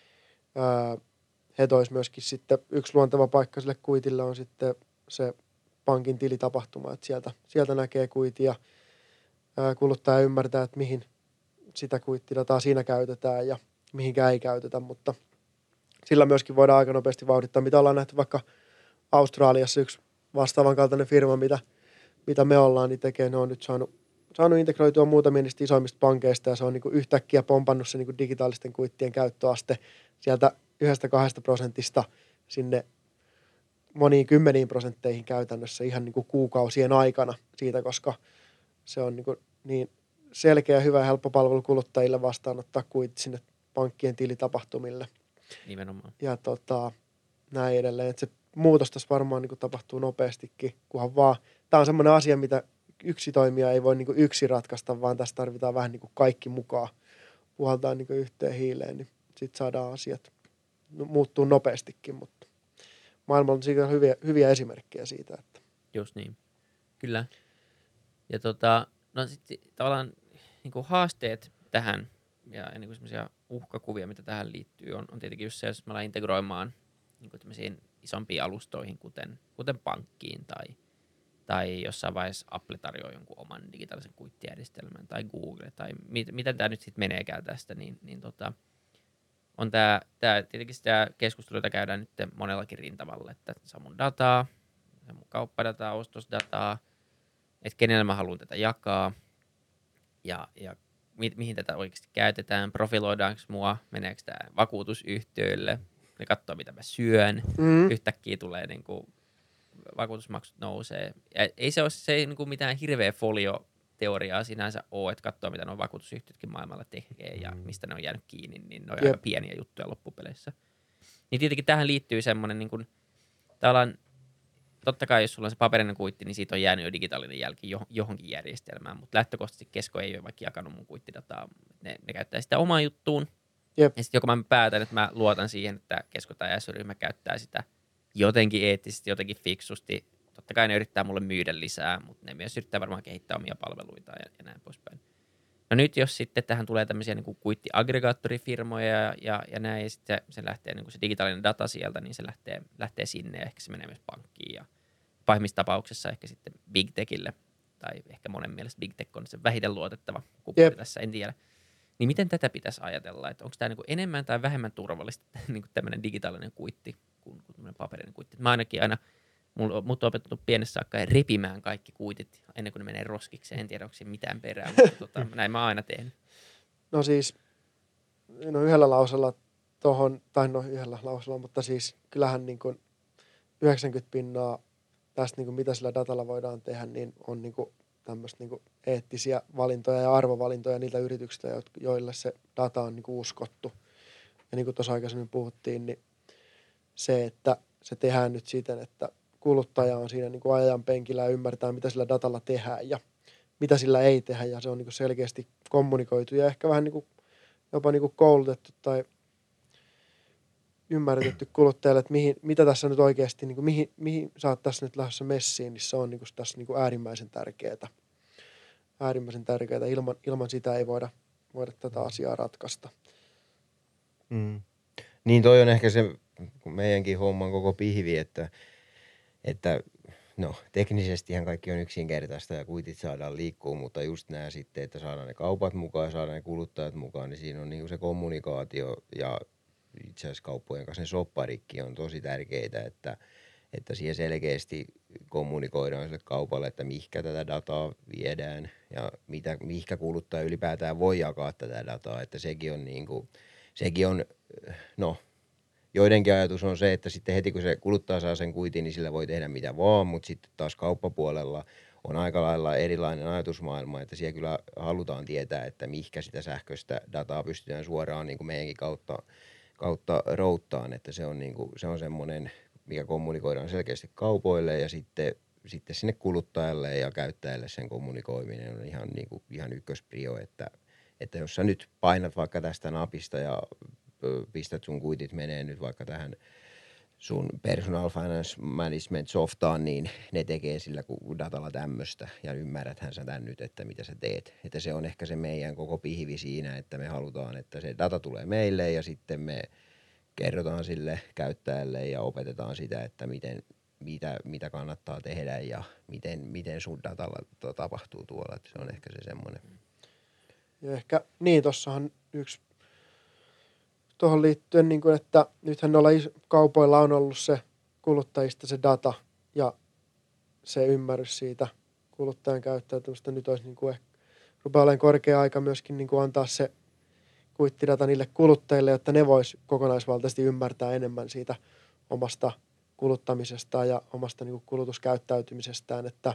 he tois myöskin sitten yksi luonteva paikka sille kuitille on sitten se pankin tilitapahtuma, että sieltä näkee kuitin ja kuluttaja ymmärtää, että mihin sitä kuittidataa siinä käytetään ja mihinkään ei käytetä, mutta sillä myöskin voidaan aika nopeasti vauhdittaa, mitä ollaan nähty vaikka Australiassa yksi vastaavan kaltainen firma, mitä me ollaan, niin tekee, ne on nyt saanut integroitua muutamia niistä isoimmista pankeista ja se on niin kuin yhtäkkiä pompannut se niin kuin digitaalisten kuittien käyttöaste sieltä 1-2% sinne moniin 10% käytännössä ihan niin kuin kuukausien aikana siitä, koska se on niin selkeä, hyvä ja helppo palvelu kuluttajille vastaanottaa kuitit sinne pankkien tilitapahtumille. Nimenomaan. Ja näin edelleen, että se muutos tässä varmaan niin kuin tapahtuu nopeastikin, kunhan vaan. Tämä on semmoinen asia, mitä yksi toimija ei voi niin kuin yksin ratkaista, vaan tässä tarvitaan vähän niin kuin kaikki mukaan puhaltaa niin kuin yhteen hiileen, niin sitten saadaan asiat muuttuu nopeastikin, mutta maailmalla on siitä hyviä esimerkkejä siitä. Että. Just niin, kyllä. Ja no sitten tavallaan niin kuin haasteet tähän ja niin kuin semmoisia uhkakuvia, mitä tähän liittyy, on tietenkin just se, jos me ollaan integroimaan niin kuin tämmöisiin isompiin alustoihin, kuten pankkiin tai jossain vaiheessa Apple tarjoaa jonkun oman digitaalisen kuittijärjestelmän tai Google tai miten tämä nyt sitten meneekään tästä, niin on tämä tietenkin sitä keskustelua, jota käydään nyt monellakin rintamalla, että se on mun dataa, se on mun kauppadataa, ostosdataa, että kenelle mä haluan tätä jakaa ja mihin tätä oikeasti käytetään, profiloidaanko mua, meneekö tämä vakuutusyhtiöille, ne katsoo mitä mä syön, yhtäkkiä tulee niin kuin, vakuutusmaksut nousee. Ja ei se ole niin kuin mitään hirveä folioteoriaa sinänsä ole, että katsoo mitä nuo vakuutusyhtiötkin maailmalla tekee ja mistä ne on jäänyt kiinni, niin ne on aika pieniä juttuja loppupeleissä. Niin tietenkin tähän liittyy semmoinen, niin kuin, totta kai jos sulla on se paperinen kuitti, niin siitä on jäänyt jo digitaalinen jälki johonkin järjestelmään, mutta lähtökohtaisesti Kesko ei ole vaikka jakanut mun kuittidataa. Ne käyttää sitä omaan juttuun. Jep. Ja sitten joko mä päätän, että mä luotan siihen, että Kesko tai S-ryhmä käyttää sitä jotenkin eettisesti, jotenkin fiksusti. Totta kai ne yrittää mulle myydä lisää, mutta ne myös yrittää varmaan kehittää omia palveluita ja näin poispäin. No nyt jos sitten tähän tulee tämmöisiä niin kuin kuittiaggregaattorifirmoja ja näin, ja sitten se lähtee niin kuin se digitaalinen data sieltä, niin se lähtee sinne ja ehkä se menee myös pankkiin ja pahimmissa tapauksessa ehkä sitten Big Techille, tai ehkä monen mielestä Big Tech on se vähiten luotettava kumppani tässä, en tiedä. Niin miten tätä pitäisi ajatella, että onko tämä niin kuin enemmän tai vähemmän turvallista niin kuin tämmöinen digitaalinen kuitti kuin tämmöinen paperinen kuitti? Mä ainakin aina, mut on opetettu pienessä saakka repimään kaikki kuitit ennen kuin ne menee roskikseen. En tiedä, onko siinä mitään perää, mutta näin mä oon aina tehnyt. No siis, yhdellä lauseella, mutta siis kyllähän niin kuin 90% tästä, niin kuin mitä sillä datalla voidaan tehdä, niin on niin kuin tämmöistä niin kuin eettisiä valintoja ja arvovalintoja niiltä yrityksiltä, joille se data on niin kuin uskottu. Ja niin kuin tuossa aikaisemmin puhuttiin, niin se, että se tehdään nyt siten, että kuluttaja on siinä niin kuin ajan penkillä ja ymmärtää, mitä sillä datalla tehdään ja mitä sillä ei tehdä. Ja se on niin kuin selkeästi kommunikoitu ja ehkä vähän niin kuin, jopa niin kuin koulutettu tai ymmärretty kuluttajalle, että mitä tässä nyt oikeasti, niin kuin mihin sä oot tässä nyt lähdössä messiin, niin se on niin kuin tässä niin kuin äärimmäisen tärkeää. Ilman sitä ei voida tätä asiaa ratkaista. Niin toi on ehkä se meidänkin homman koko pihvi, että no teknisestihän kaikki on yksinkertaista ja kuitit saadaan liikkuu, mutta just nämä sitten, että saadaan ne kaupat mukaan ja saadaan ne kuluttajat mukaan, niin siinä on niin kuin se kommunikaatio ja itse asiassa kauppojen kanssa ne sopparikki on tosi tärkeitä, että siihen selkeästi kommunikoidaan sille kaupalle, että mihinkä tätä dataa viedään ja mihinkä kuluttaja ylipäätään voi jakaa tätä dataa, että sekin on, no joidenkin ajatus on se, että sitten heti kun se kuluttaja saa sen kuitin, niin sillä voi tehdä mitä vaan, mutta sitten taas kauppapuolella on aika lailla erilainen ajatusmaailma, että siellä kyllä halutaan tietää, että mihinkä sitä sähköistä dataa pystytään suoraan niin kuin meidänkin kautta routtaan, että se on semmoinen, mikä kommunikoidaan selkeästi kaupoille ja sitten sinne kuluttajalle ja käyttäjälle sen kommunikoiminen on ihan ykkösprio, että Että jos sä nyt painat vaikka tästä napista ja pistät sun kuitit menee nyt vaikka tähän sun personal finance management softaan, niin ne tekee sillä datalla tämmöistä ja ymmärräthän sä tän nyt, että mitä sä teet. Että se on ehkä se meidän koko pihvi siinä, että me halutaan, että se data tulee meille ja sitten me kerrotaan sille käyttäjälle ja opetetaan sitä, että mitä kannattaa tehdä ja miten sun datalla tapahtuu tuolla. Että se on ehkä se semmoinen. Ja ehkä niin, tossahan yksi tuohon liittyen, niin kuin, että nythän noilla kaupoilla on ollut se kuluttajista se data ja se ymmärrys siitä kuluttajan käyttäytymistä. Nyt olisi niin kuin rupeaa olemaan korkea aika myöskin niin kuin antaa se kuittidata niille kuluttajille, jotta ne vois kokonaisvaltaisesti ymmärtää enemmän siitä omasta kuluttamisestaan ja omasta niin kuin kulutuskäyttäytymisestään, että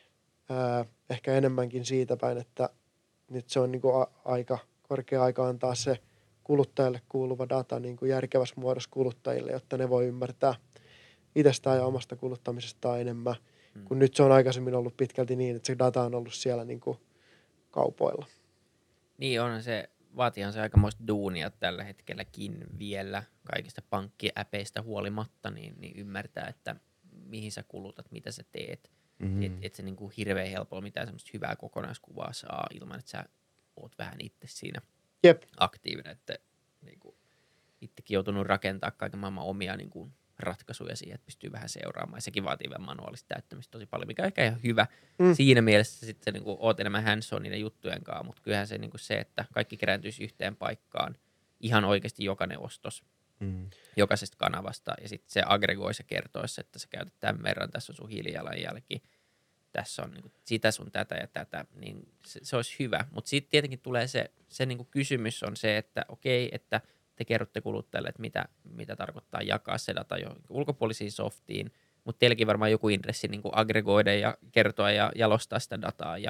ehkä enemmänkin siitä päin, että nyt se on niin kuin aika korkea aika antaa se kuluttajalle kuuluva data niin kuin järkevässä muodossa kuluttajille, jotta ne voi ymmärtää itsestään ja omasta kuluttamisestaan enemmän, kun nyt se on aikaisemmin ollut pitkälti niin, että se data on ollut siellä niin kuin kaupoilla. Niin onhan se, vaatihan se aikamoista duunia tällä hetkelläkin vielä kaikista pankkiäpeistä huolimatta, niin ymmärtää, että mihin sä kulutat, mitä sä teet. Et se niinku hirveän helpolla mitään semmoista hyvää kokonaiskuvaa saa ilman, että sä oot vähän itse siinä aktiivinen. Että niinku, itsekin joutunut rakentaa kaiken maailman omia niinku ratkaisuja siihen, että pystyy vähän seuraamaan. Ja sekin vaatii vielä manuaalista täyttämistä tosi paljon, mikä on ehkä ihan hyvä. Siinä mielessä sitten niinku oot enemmän hands-on niiden juttujen kanssa, mutta kyllähän se, niinku se, että kaikki kerääntyisi yhteen paikkaan, ihan oikeasti jokainen ostos jokaisesta kanavasta, ja sitten se aggregoisi ja kertoisi, että sä käytät tämän verran, tässä on sun hiilijalanjälki, tässä on niinku sitä sun tätä ja tätä, niin se olisi hyvä. Mutta sitten tietenkin tulee se niinku kysymys on se, että okei, että te kerrotte kuluttajalle, että mitä tarkoittaa jakaa se data jo ulkopuolisiin softiin, mutta teilläkin varmaan joku intressi niin kuin aggregoida ja kertoa ja jalostaa sitä dataa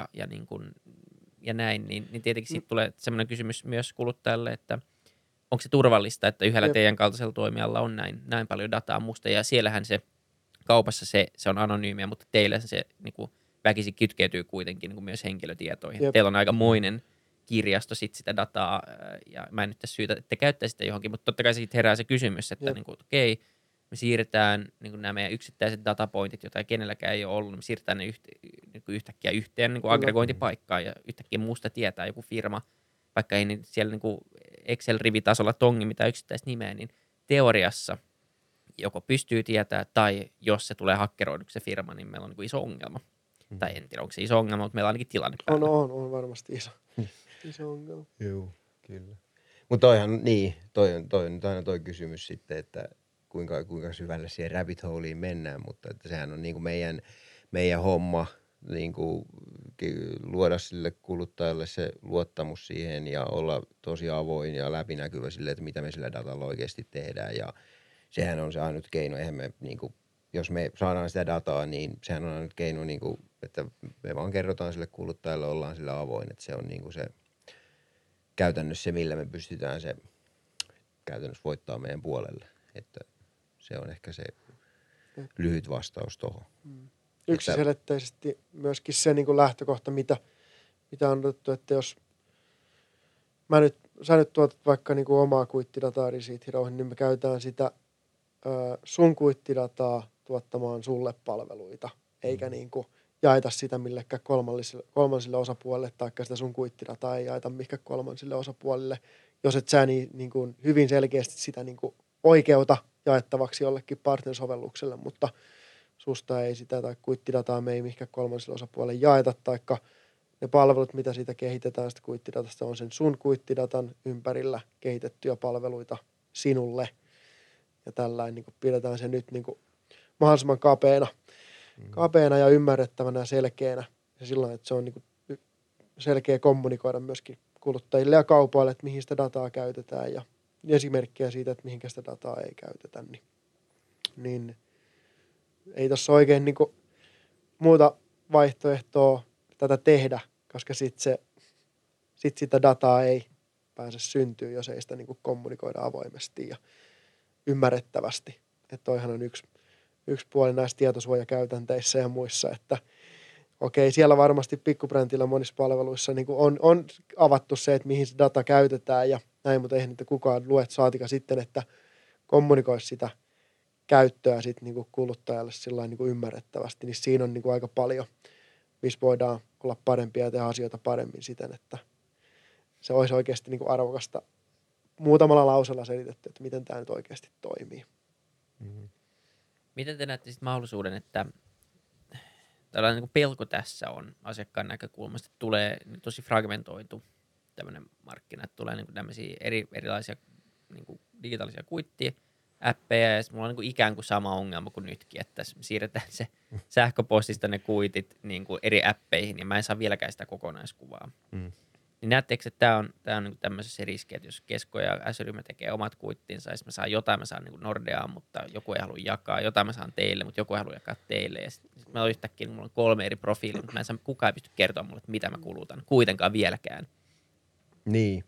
ja näin, niin tietenkin sitten tulee semmoinen kysymys myös kuluttajalle, että onko se turvallista, että yhdellä teidän kaltaisella toimijalla on näin paljon dataa musta, ja siellähän se kaupassa se on anonyymiä, mutta teillä se niin kuin väkisin kytkeytyy kuitenkin niin kuin myös henkilötietoihin. Teillä on aikamoinen kirjasto sit sitä dataa, ja mä en nyt tässä syytä, että käyttäisi sitä johonkin, mutta totta kai siitä herää se kysymys, että niin kuin, okei, me siirretään niin kuin nämä meidän yksittäiset datapointit, joita kenelläkään ei ole ollut, me siirretään ne niin kuin yhtäkkiä yhteen niin kuin aggregointipaikkaan, ja yhtäkkiä muusta tietää joku firma, vaikka ei niin siellä niin kuin Excel-rivitasolla tongi mitään yksittäistä nimeä, niin teoriassa joko pystyy tietää, tai jos se tulee hakkeroiduksi se firma, niin meillä on niin kuin iso ongelma. Tai en tiedä, onko se iso ongelma, mutta meillä on ainakin tilanne päällä. On varmasti iso ongelma. Joo, kyllä. Mutta toihan, niin, toi on aina toi kysymys sitten, että kuinka syvälle siihen rabbit holeiin mennään, mutta että sehän on niinku meidän homma niinku luoda sille kuluttajalle se luottamus siihen ja olla tosi avoin ja läpinäkyvä sille, että mitä me sillä datalla oikeasti tehdään, ja sehän on se ainut keino, eihän me niinku, jos me saadaan sitä dataa, niin sehän on ainut keino, niinku, että me vaan kerrotaan sille kuluttajalle, ollaan sillä avoin, että se on niinku se käytännössä se, millä me pystytään se käytännössä voittaa meidän puolelle, että se on ehkä se lyhyt vastaus tuohon. Yksiselitteisesti myöskin se niin kuin lähtökohta, mitä on otettu, että jos sä nyt tuotat vaikka niin kuin omaa kuittidataa Receipt Heroihin, niin me käytetään sitä sun kuittidataa tuottamaan sulle palveluita, eikä niin kuin jaeta sitä millekään kolmansille osapuolelle, taikka sitä sun kuittidataa ei jaeta mihinkään kolmansille osapuolille, jos et sä niin kuin hyvin selkeästi sitä niin kuin oikeuta jaettavaksi jollekin partner-sovellukselle, mutta susta ei sitä tai kuittidataa me ei mihinkään kolmansille osapuolelle jaeta, taikka ne palvelut, mitä siitä kehitetään sitä kuittidatasta, on sen sun kuittidatan ympärillä kehitettyjä palveluita sinulle. Ja tällainen niin pidetään se nyt niin kuin mahdollisimman kapeana ja ymmärrettävänä ja selkeänä. Ja silloin, että se on niin kuin selkeä kommunikoida myöskin kuluttajille ja kaupoille, että mihin sitä dataa käytetään ja esimerkkejä siitä, että mihinkä sitä dataa ei käytetä. Niin ei tuossa oikein niin kuin muuta vaihtoehtoa tätä tehdä, koska sit sitä dataa ei pääse syntyä, jos ei sitä niin kuin kommunikoida avoimesti ja ymmärrettävästi. Että toihan on yksi puoli näissä tietosuojakäytänteissä ja muissa, että okei, siellä varmasti pikkubrändillä monissa palveluissa niin on avattu se, että mihin se data käytetään ja näin, mutta eihän niitä kukaan lue, saatika sitten, että kommunikoisi sitä käyttöä sitten niin kuluttajalle sillain niin ymmärrettävästi, niin siinä on niin aika paljon, missä voidaan olla parempia ja tehdä asioita paremmin siten, että se olisi oikeasti niin arvokasta muutamalla lausella selitetty, että miten tämä nyt oikeasti toimii. Miten te näette sitten mahdollisuuden, että tällainen niin pelko tässä on asiakkaan näkökulmasta, että tulee tosi fragmentoitu tämmöinen markkina, että tulee niin tämmöisiä erilaisia niin digitaalisia kuitti-appeja, ja mulla on niin ikään kuin sama ongelma kuin nytkin, että siirretään se sähköpostista ne kuitit niin eri appeihin, ja mä en saa vieläkään sitä kokonaiskuvaa. Niin näettekö, että tämä on niin tämmöisessä riski, että jos Kesko ja S-ryhmä tekee omat kuittinsa, ja mä saan jotain, mä saan niin Nordeaan, mutta joku ei halua jakaa, jotain mä saan teille, mutta joku ei halua jakaa teille, ja sitten mä oon yhtäkkiä, mulla on 3 eri profiilia, mutta kukaan ei pysty kertoa mulle, että mitä mä kulutan, kuitenkaan vieläkään. Niin,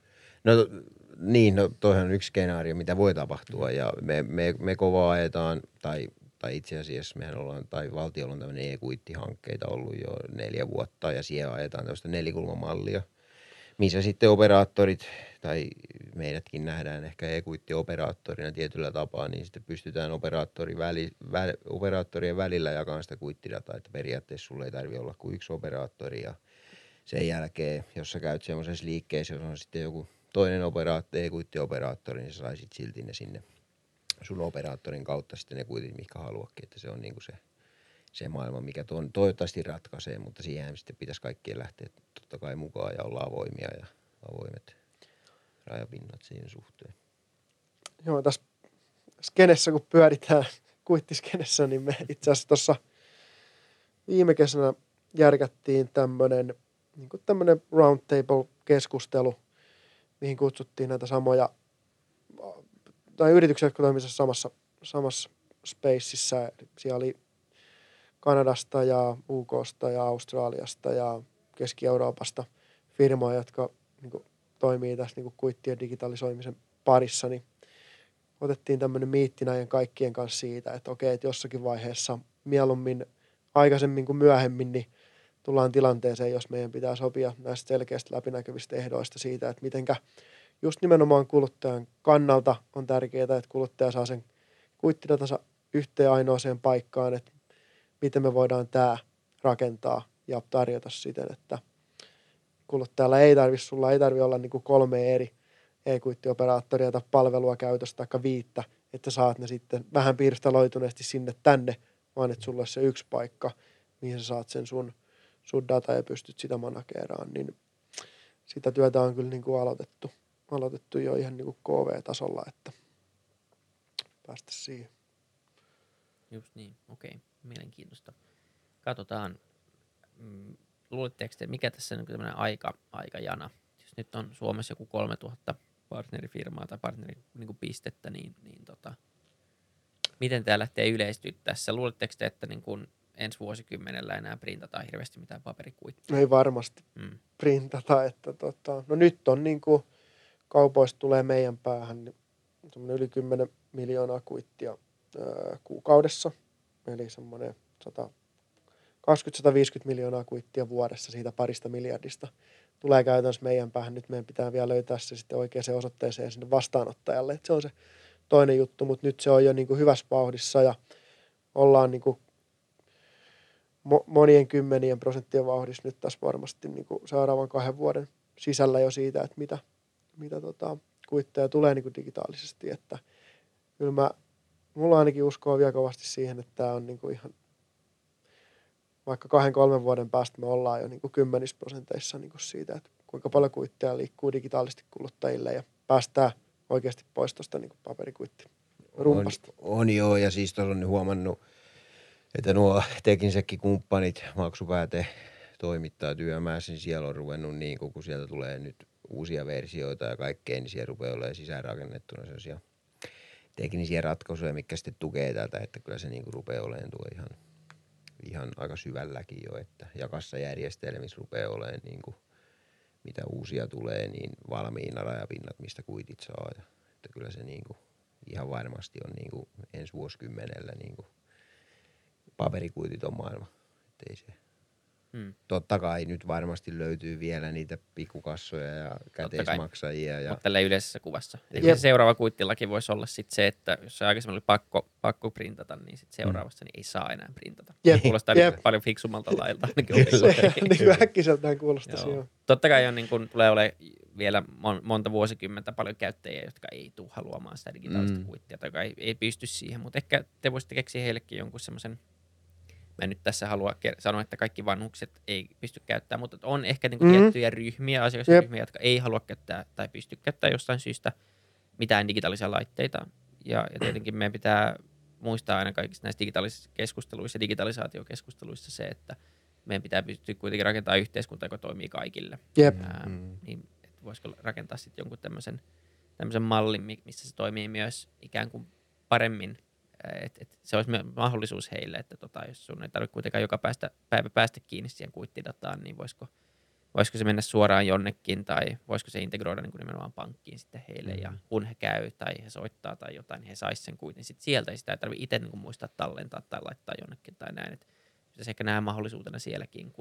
no toihan on yksi skenaario, mitä voi tapahtua, ja me kovaa ajetaan, tai itse asiassa mehän ollaan, tai valtiolla on tämmöinen e-kuittihankkeita ollut jo 4 vuotta, ja siellä ajetaan tämmöistä nelikulmamallia, missä sitten operaattorit, tai meidätkin nähdään ehkä e-kuittioperaattorina tietyllä tapaa, niin sitten pystytään operaattorien välillä jakamaan sitä kuittidataa, että periaatteessa sulla ei tarvitse olla kuin yksi operaattori, ja sen jälkeen, jos sä käyt semmoisessa liikkeessä, jos on sitten joku toinen e-kuittioperaattori, niin sä saisit silti ne sinne sun operaattorin kautta sitten ne kuitit, mitkä haluakin, että se on niinku se maailma, mikä toivottavasti ratkaisee, mutta siihen sitten pitäisi kaikkien lähteä totta kai mukaan ja olla avoimia ja avoimet rajapinnat siinä suhteen. Joo, tässä skenessä, kun pyöritään kuittiskenessä, niin me itse asiassa tuossa viime kesänä järkättiin tämmöinen roundtable-keskustelu, mihin kutsuttiin näitä samoja, tai yrityksiä, jotka toimisivat samassa spaceissa. Siellä oli Kanadasta ja UKsta ja Australiasta ja Keski-Euroopasta firmoja, jotka niin toimii tässä niin kuittien digitalisoimisen parissa, niin otettiin tämmöinen miitti näiden kaikkien kanssa siitä, että okei, että jossakin vaiheessa mieluummin aikaisemmin kuin myöhemmin, niin tullaan tilanteeseen, jos meidän pitää sopia näistä selkeästi läpinäkyvistä ehdoista siitä, että mitenkä just nimenomaan kuluttajan kannalta on tärkeää, että kuluttaja saa sen kuittidatansa yhteen ainoaseen paikkaan, että miten me voidaan tämä rakentaa ja tarjota siten, että kuluttajalla sulla ei tarvitse olla niin kuin 3 eri e-kuittioperaattoria tai palvelua käytössä tai 5, että saat ne sitten vähän pirstaloituneesti sinne tänne, vaan että sulla olisi se yksi paikka, mihin sä saat sen sun data ja pystyt sitä manageraan, niin sitä työtä on kyllä niin kuin aloitettu jo ihan niin kuin KV-tasolla, että päästä siihen. Just niin, okei. Mielenkiintoista. Katsotaan, luuletteko te, mikä tässä on tämmöinen aikajana? Jos nyt on Suomessa joku 3000 partnerifirmaa tai partneripistettä, niin miten tämä lähtee yleistyä tässä? Luuletteko te, että niin kuin ensi vuosikymmenellä enää printataan hirveästi mitään paperikuittia? Ei varmasti printata, että no nyt on niin kuin kaupoista tulee meidän päähän niin yli 10 miljoonaa kuittia kuukaudessa, eli semmoinen 120-150 miljoonaa kuittia vuodessa siitä 2 miljardista tulee käytännössä meidän päähän. Nyt meidän pitää vielä löytää se sitten oikeaan osoitteeseen sinne vastaanottajalle, että se on se toinen juttu, mutta nyt se on jo niin kuin hyvässä vauhdissa ja ollaan niin kuin monien 10% vauhdissa nyt tässä varmasti niin kuin seuraavan 2 vuoden sisällä jo siitä, että mitä kuitteja tulee niin kuin digitaalisesti, että kyllä mulla ainakin uskoo vielä kovasti siihen, että tämä on niin kuin ihan, vaikka 2-3 vuoden päästä me ollaan jo niin kuin 10% niin kuin siitä, että kuinka paljon kuitteja liikkuu digitaalisesti kuluttajille ja päästään oikeasti pois tuosta niin kuin paperikuittirumpasta. On joo, ja siis tuossa on huomannut, että nuo teknisetkin kumppanit, maksupääte toimittaa työmäässä, niin siellä on ruvennut niin kun sieltä tulee nyt uusia versioita ja kaikkea, niin siellä rupeaa olemaan sisäänrakennettuna sellaisia teknisiä ratkaisuja, mitkä sitten tukee tätä, että kyllä se niin kuin rupeaa olemaan tuo ihan aika syvälläkin jo, että ja kassajärjestelmissä rupeaa olemaan niin kuin, mitä uusia tulee, niin valmiina rajapinnat, mistä kuitit saa. Ja, että kyllä se niin kuin, ihan varmasti on niin kuin, ensi vuosikymmenellä niin kuin, paperikuitit on maailma. Ei se Totta kai nyt varmasti löytyy vielä niitä pikkukassoja ja käteismaksajia. Ja... Mutta tälleen yleisessä kuvassa. Jep. Se seuraava kuittilaki voisi olla sitten se, että jos se aikaisemmin oli pakko printata, niin sitten seuraavassa niin ei saa enää printata. Jep. Kuulostaa Jep. Niin paljon fiksummalta lailta. Se niin kuin äkkiseltään kuulostaisi. Joo. Joo. Totta kai on, niin kun, tulee olemaan vielä monta vuosikymmentä paljon käyttäjiä, jotka ei tule haluamaan sitä digitaalista kuittia, tai joka ei pysty siihen, mutta ehkä te voisitte keksiä heillekin jonkun semmoisen, mä en nyt tässä halua sanoa, että kaikki vanhukset ei pysty käyttämään, mutta on ehkä niin kuin tiettyjä ryhmiä, asiakasryhmiä, jotka ei halua käyttää tai pysty käyttämään jostain syystä mitään digitaalisia laitteita, ja tietenkin meidän pitää muistaa aina kaikissa näissä digitaalisissa keskusteluissa ja digitalisaatiokeskusteluissa se, että meidän pitää pystyä kuitenkin rakentamaan yhteiskunta, joka toimii kaikille. Jep. Niin, voisiko rakentaa sitten jonkun tämmöisen mallin, missä se toimii myös ikään kuin paremmin, että se olisi mahdollisuus heille, että jos sun ei tarvitse kuitenkaan joka päivä päästä kiinni siihen kuittidataan, niin voisiko se mennä suoraan jonnekin, tai voisiko se integroida niin kuin nimenomaan pankkiin sitten heille, ja kun he käy tai he soittaa tai jotain, niin he saisi sen kuitin sitten sieltä, ja sitä ei tarvitse itse niin kuin muistaa tallentaa tai laittaa jonnekin tai näin, että pitäisi ehkä nähdä mahdollisuutena sielläkin,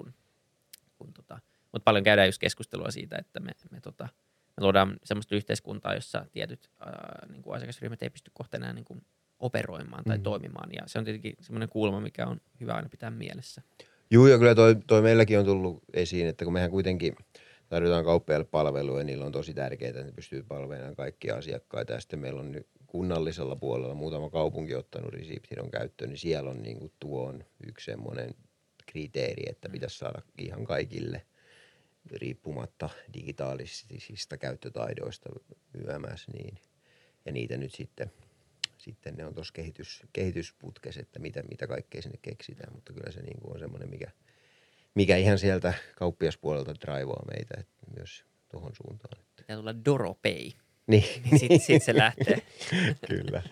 mutta paljon käydään just keskustelua siitä, että me luodaan semmoista yhteiskuntaa, jossa tietyt niin kuin asiakasryhmät ei pysty kohta enää niin kuin operoimaan tai toimimaan, ja se on tietenkin semmoinen kulma, mikä on hyvä aina pitää mielessä. Joo, ja kyllä toi meilläkin on tullut esiin, että kun mehän kuitenkin tarjotaan kauppiaille palveluja, niillä on tosi tärkeää, että ne pystyy palvelemaan kaikkia asiakkaita, ja sitten meillä on nyt kunnallisella puolella muutama kaupunki ottanut Receipt-Heron käyttöön, niin siellä on niin kuin tuo on yksi semmoinen kriteeri, että pitäisi saada ihan kaikille riippumatta digitaalisista käyttötaidoista YMS, niin, ja niitä nyt sitten ne on tuossa kehitysputkessa, että mitä kaikkea sinne keksitään, mutta kyllä se niin kuin on semmoinen, mikä ihan sieltä kauppiaspuolelta draivaa meitä että myös tuohon suuntaan. Pitää tulla DoroPay. Niin. Sitten se lähtee. Kyllä.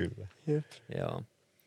Joo.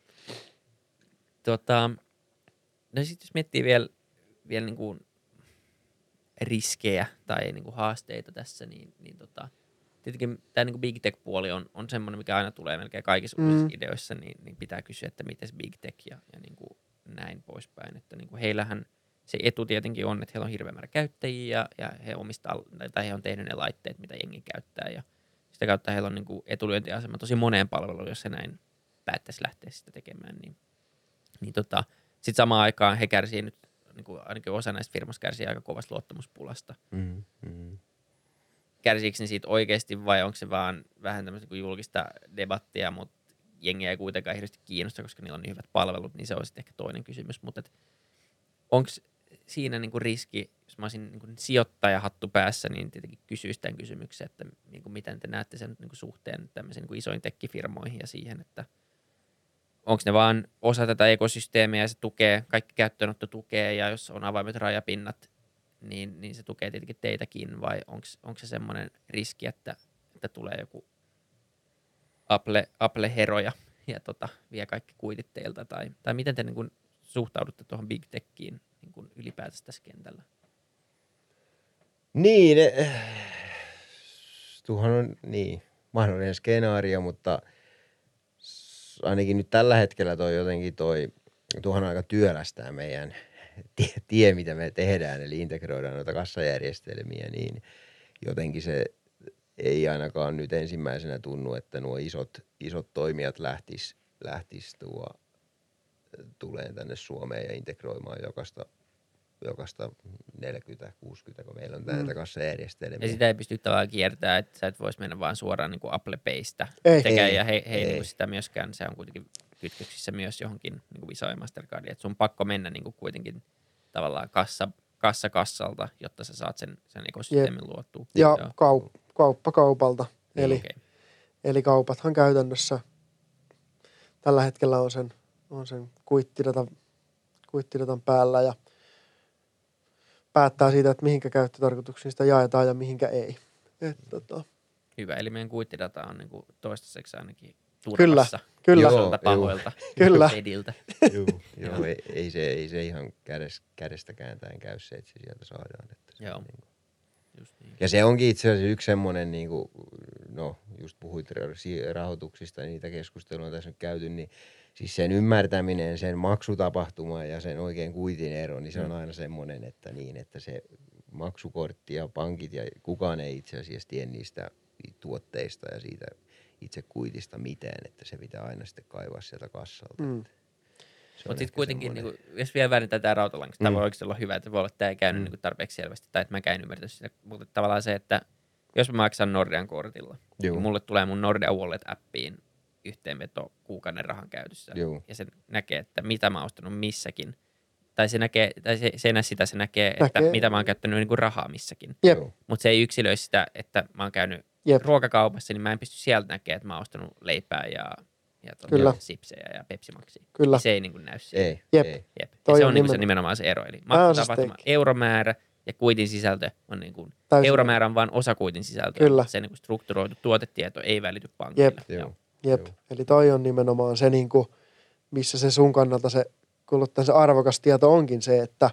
No sitten jos miettii vielä niin kuin riskejä tai niin kuin haasteita tässä, niin tietenkin tämä niin kuin big tech-puoli on semmoinen, mikä aina tulee melkein kaikissa uusissa ideoissa, niin pitää kysyä, että miten big tech ja niin kuin näin poispäin. Että niin kuin heillähän se etu tietenkin on, että heillä on hirveä määrä käyttäjiä ja he omistaa, tai he on tehnyt ne laitteet, mitä jengi käyttää, ja sitä kautta heillä on niin kuin etulyöntiasema tosi moneen palveluun, jos se näin päättäisi lähteä sitä tekemään. Sitten samaan aikaan he kärsii nyt, niin kuin ainakin osa näistä firmoista kärsii aika kovasta luottamuspulasta. Kärsiikö ne siitä oikeasti vai onko se vaan vähän tämmöistä niin julkista debattia, mutta jengiä ei kuitenkaan hirveästi kiinnosta, koska niillä on niin hyvät palvelut, niin se on sitten ehkä toinen kysymys. Mutta onko siinä niin kuin riski, jos mä olisin niin kuin sijoittajahattu päässä, niin tietenkin kysyisi tämän kysymyksen, että niin kuin miten te näette sen niin kuin suhteen tämmöisiin niin kuin isoihin tekkifirmoihin ja siihen, että onko ne vaan osa tätä ekosysteemiä ja se tukee, kaikki käyttöönotto tukee ja jos on avaimet rajapinnat, niin se tukee tietenkin teitäkin vai onko se semmoinen riski, että tulee joku Apple-heroja ja vie kaikki kuitit teiltä tai miten te niin kuin suhtaudutte tuohon big techiin niin kuin ylipäätänsä tässä kentällä? Niin, tuohan on mahdollinen skenaario, mutta ainakin nyt tällä hetkellä tuohan aika työlästää meidän tie, mitä me tehdään, eli integroidaan noita kassajärjestelmiä, niin jotenkin se ei ainakaan nyt ensimmäisenä tunnu, että nuo isot toimijat lähtis tulee tänne Suomeen ja integroimaan jokaista 40-60, kun meillä on näitä kassajärjestelmiä. Ja sitä ei pysty tavallaan kiertämään, että sä et vois mennä vaan suoraan niin kuin Apple Paystä Ei. ja he ei niin kuin sitä myöskään, se on kuitenkin kytköksissä myös johonkin niin kuin Visa ja Mastercardiin, että sun on pakko mennä niin kuin kuitenkin tavallaan kassalta, jotta sä saat sen ekosysteemin luotua. Ja kauppa kaupalta. Eli kaupathan käytännössä tällä hetkellä on sen kuittidatan päällä ja päättää siitä, että mihinkä käyttötarkoituksiin sitä jaetaan ja mihinkä ei. Hyvä, eli meidän kuittidata on niin kuin toistaiseksi ainakin turvassa. Kyllä. Pahoilta Kyllä. ediltä. Joo, ei se ihan kädestä kääntäen käy se, että se sieltä saadaan. Että se Joo. on niin Just niin. Ja se onkin itse asiassa yksi semmoinen, niin kuin, no just puhuit rahoituksista, niitä keskusteluja tässä nyt käyty, niin siis sen ymmärtäminen, sen maksutapahtuma ja sen oikein kuitin ero, niin se on aina semmoinen, että niin, että se maksukortti ja pankit ja kukaan ei itse asiassa tiedä niistä tuotteista ja siitä itse kuitista mitään, että se pitää aina sitten kaivaa sieltä kassalta. Mutta sitten kuitenkin, niin jos vielä väännetään tämä rautalangasta, tämä voi oikeasti olla hyvä, että voi olla, että tämä ei käynyt niin tarpeeksi selvästi, tai että mä en ymmärtänyt sitä. Mutta tavallaan se, että jos mä maksan Nordean kortilla, niin mulle tulee mun Nordea Wallet-appiin yhteenveto kuukauden rahan käytössä. Ja se näkee, että mitä mä oon ostanut missäkin. Tai se näkee, tai se ei näe sitä, se näkee, että mitä mä oon käyttänyt niin kuin rahaa missäkin. Mutta se ei yksilöi sitä, että mä oon käynyt ruokakaupassa, niin mä en pysty sieltä näkemään, että mä oon ostanut leipää ja sipsejä ja pepsimaksia. Kyllä. Se ei niin kuin näy siitä. Ei. Ja se on niin se nimenomaan se ero. Eli maksutapahtuma, euromäärä ja kuitin sisältö on niin kuin, euromäärä on vain osa kuitin sisältöä. Kyllä. Se niin kuin strukturoitu tuotetieto ei välity pankille. Jep. Eli toi on nimenomaan se, niin kuin, missä se sun kannalta se kuluttajan se arvokas tieto onkin se, että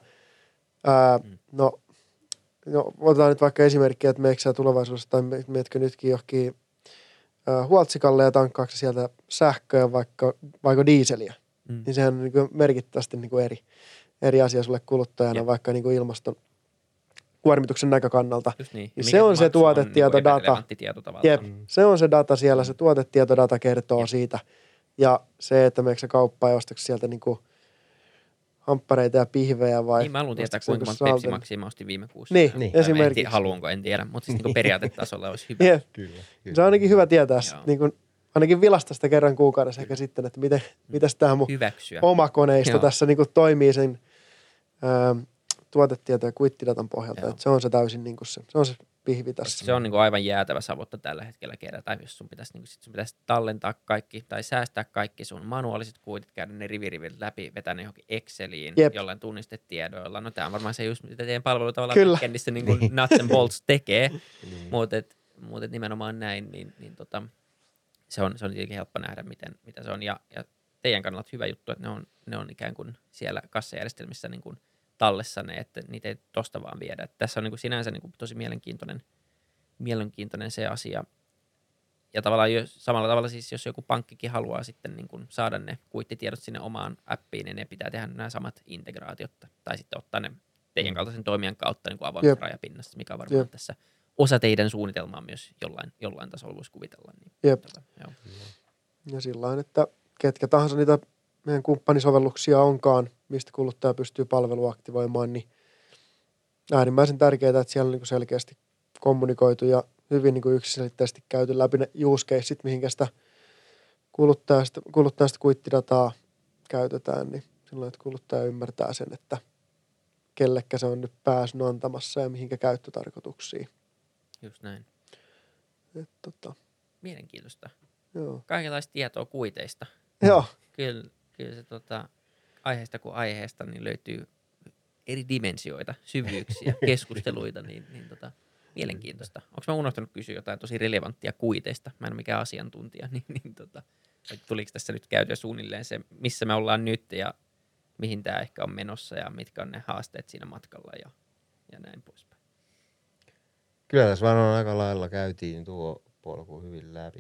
no otetaan nyt vaikka esimerkkiä, että meneekö sä tulevaisuudessa tai menetkö nytkin johonkin huoltsikalle ja tankkaako sieltä sähköä vaikka diiseliä. Niin sehän on niin kuin merkittävästi niin kuin eri asia sulle kuluttajana, vaikka niin kuin ilmaston kuormituksen näkökannalta. Niin. Se on se tuotetietodata. Jep, se on se data siellä, se tuotetietodata kertoo siitä. Ja se, että meneekö sä kauppaan ja ostatko sieltä niin kuin hamppareita ja pihvejä vai... Niin, mä haluan tietää, kuinka monta pepsimaksia mä ostin viime kuussa. Niin. Esimerkiksi. Haluanko, en tiedä, mutta siis niin periaatetasolla olisi hyvä. Kyllä. Se on ainakin hyvä tietää, niin kuin, ainakin vilasta sitä kerran kuukaudessa ehkä sitten, että mitäs tämä mun oma koneisto tässä niin kuin toimii sen tuotetieto- ja kuittidatan pohjalta. Että se on se täysin niin kuin se on se pihvi tässä. Se on niin kuin aivan jäätävä savotta tällä hetkellä kerätä, jos sun pitäisi, niin kuin, sun pitäisi tallentaa kaikki tai säästää kaikki sun manuaaliset kuitit, käydä ne rivirivit läpi, vetää ne johonkin Exceliin jollain tunnistetiedoilla. No tämä on varmaan se just, mitä teidän palvelu tavallaan backendissa niin kuin nuts and bolts tekee, mutta nimenomaan näin, niin se on tietenkin helppo nähdä, mitä se on. Ja teidän kannalta hyvä juttu, että ne on ikään kuin siellä kassajärjestelmissä niin kuin tallessa ne, että niitä ei tosta vaan viedä. Että tässä on niin kuin sinänsä niin kuin tosi mielenkiintoinen se asia. Ja tavallaan samalla tavalla siis, jos joku pankkikin haluaa sitten niin kuin saada ne kuittitiedot sinne omaan appiin, niin ne pitää tehdä nämä samat integraatiot. Tai sitten ottaa ne teidän kaltaisen toimijan kautta niin kuin avoimen rajapinnassa, mikä on varmaan tässä osa teidän suunnitelmaa myös jollain tasolla voisi kuvitella. Niin, ja sillain, että ketkä tahansa niitä meidän kumppanisovelluksia onkaan, mistä kuluttaja pystyy palvelua aktivoimaan, niin äärimmäisen tärkeää, että siellä on niin selkeästi kommunikoitu ja hyvin niin yksiselitteisesti käyty läpi ne use caseit, mihinkä sitä kuluttajasta kuittidataa käytetään, niin silloin, että kuluttaja ymmärtää sen, että kellekä se on nyt päässyt antamassa ja mihinkä käyttötarkoituksiin. Just näin. Mielenkiintoista. Joo. Kaikenlaista tietoa kuiteista. Joo. Kyllä se aiheesta kuin aiheesta niin löytyy eri dimensioita, syvyyksiä, keskusteluita, niin mielenkiintoista. Onko mä unohtanut kysyä jotain tosi relevanttia kuiteista? Mä en ole mikään asiantuntija, tuliko tässä nyt käytyä suunnilleen se, missä me ollaan nyt ja mihin tämä ehkä on menossa ja mitkä on ne haasteet siinä matkalla ja näin poispäin. Kyllä tässä varmaan aika lailla käytiin tuo polku hyvin läpi.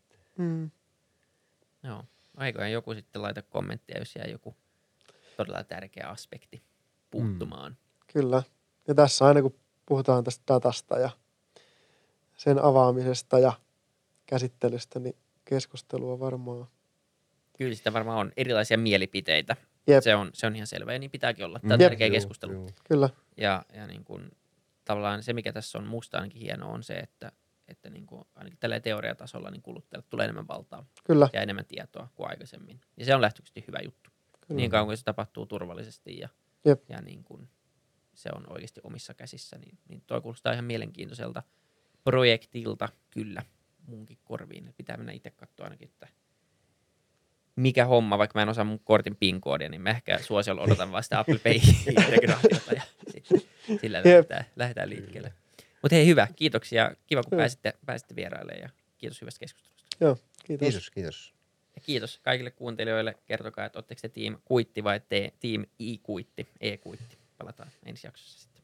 Joo. Eiköhän joku sitten laita kommenttia, jos jää joku todella tärkeä aspekti puuttumaan. Kyllä. Ja tässä aina kun puhutaan tästä datasta ja sen avaamisesta ja käsittelystä, niin keskustelua varmaan. Kyllä sitä varmaan on erilaisia mielipiteitä. Se on ihan selvä ja niin pitääkin olla. Tämä on tärkeä keskustelu. Kyllä. Ja niin kuin, tavallaan se, mikä tässä on musta ainakin hienoa, on se, että niin kuin, ainakin tällä teoriatasolla niin kuluttajalle tulee enemmän valtaa. Kyllä. Ja enemmän tietoa kuin aikaisemmin. Ja se on lähtökohtaisesti hyvä juttu. Kyllä. Niin kauan kuin se tapahtuu turvallisesti ja niin kuin se on oikeasti omissa käsissä, niin toi kuulostaa ihan mielenkiintoiselta projektilta kyllä munkin korviin. Pitää mennä itse katsoa ainakin, että mikä homma, vaikka mä en osaa mun kortin PIN-koodia, niin mä ehkä suosiolla odotan vaan sitä Apple Pay-integraatiota ja sitten sillä lähdetään liikkeelle. Mutta hei, hyvä. Kiitoksia. Kiva, kun pääsitte vierailemaan ja kiitos hyvästä keskustelusta. Joo, kiitos. Kiitos. Ja kiitos kaikille kuuntelijoille. Kertokaa, että ootteko te Team Kuitti vai Team E-Kuitti. Palataan ensi jaksossa sitten.